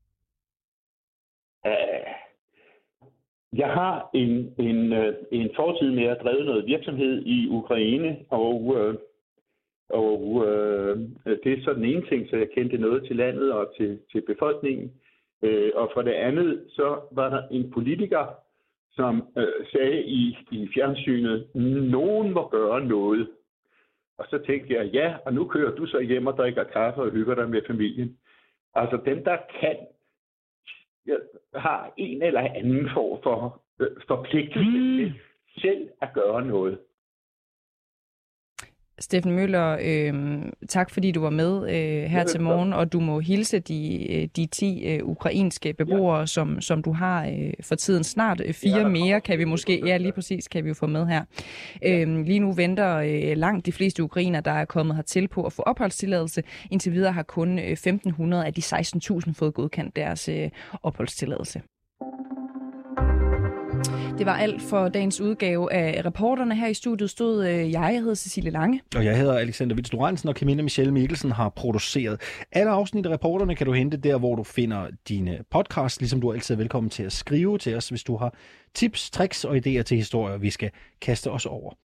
Jeg har en, en, en fortid med at drive noget virksomhed i Ukraine, og, og det er så den ene ting, så jeg kendte noget til landet og til, til befolkningen. Og for det andet, så var der en politiker, som sagde i, i fjernsynet, nogen må gøre noget. Og så tænkte jeg, ja, og nu kører du så hjem og drikker kaffe og hygger dig med familien. Altså dem, der kan, har en eller anden form for øh, forpligtelse mm. til selv at gøre noget. Steffen Møller, øh, tak fordi du var med øh, her til morgen, og du må hilse de, de ti øh, ukrainske beboere, ja. som, som du har øh, for tiden. Snart øh, fire ja, mere kan vi måske, ja lige præcis, kan vi jo få med her. Ja. Øh, lige nu venter øh, langt de fleste ukrainer, der er kommet hertil på at få opholdstilladelse. Indtil videre har kun øh, femten hundrede af de seksten tusind fået godkendt deres øh, opholdstilladelse. Det var alt for dagens udgave af Reporterne. Her i studiet stod øh, jeg, jeg hedder Cecilie Lange. Og jeg hedder Alexander Vils Lorentzen, og Camilla Michelle Mikkelsen har produceret. Alle afsnit af Reporterne kan du hente der, hvor du finder dine podcasts, ligesom du er altid er velkommen til at skrive til os, hvis du har tips, tricks og idéer til historier, vi skal kaste os over.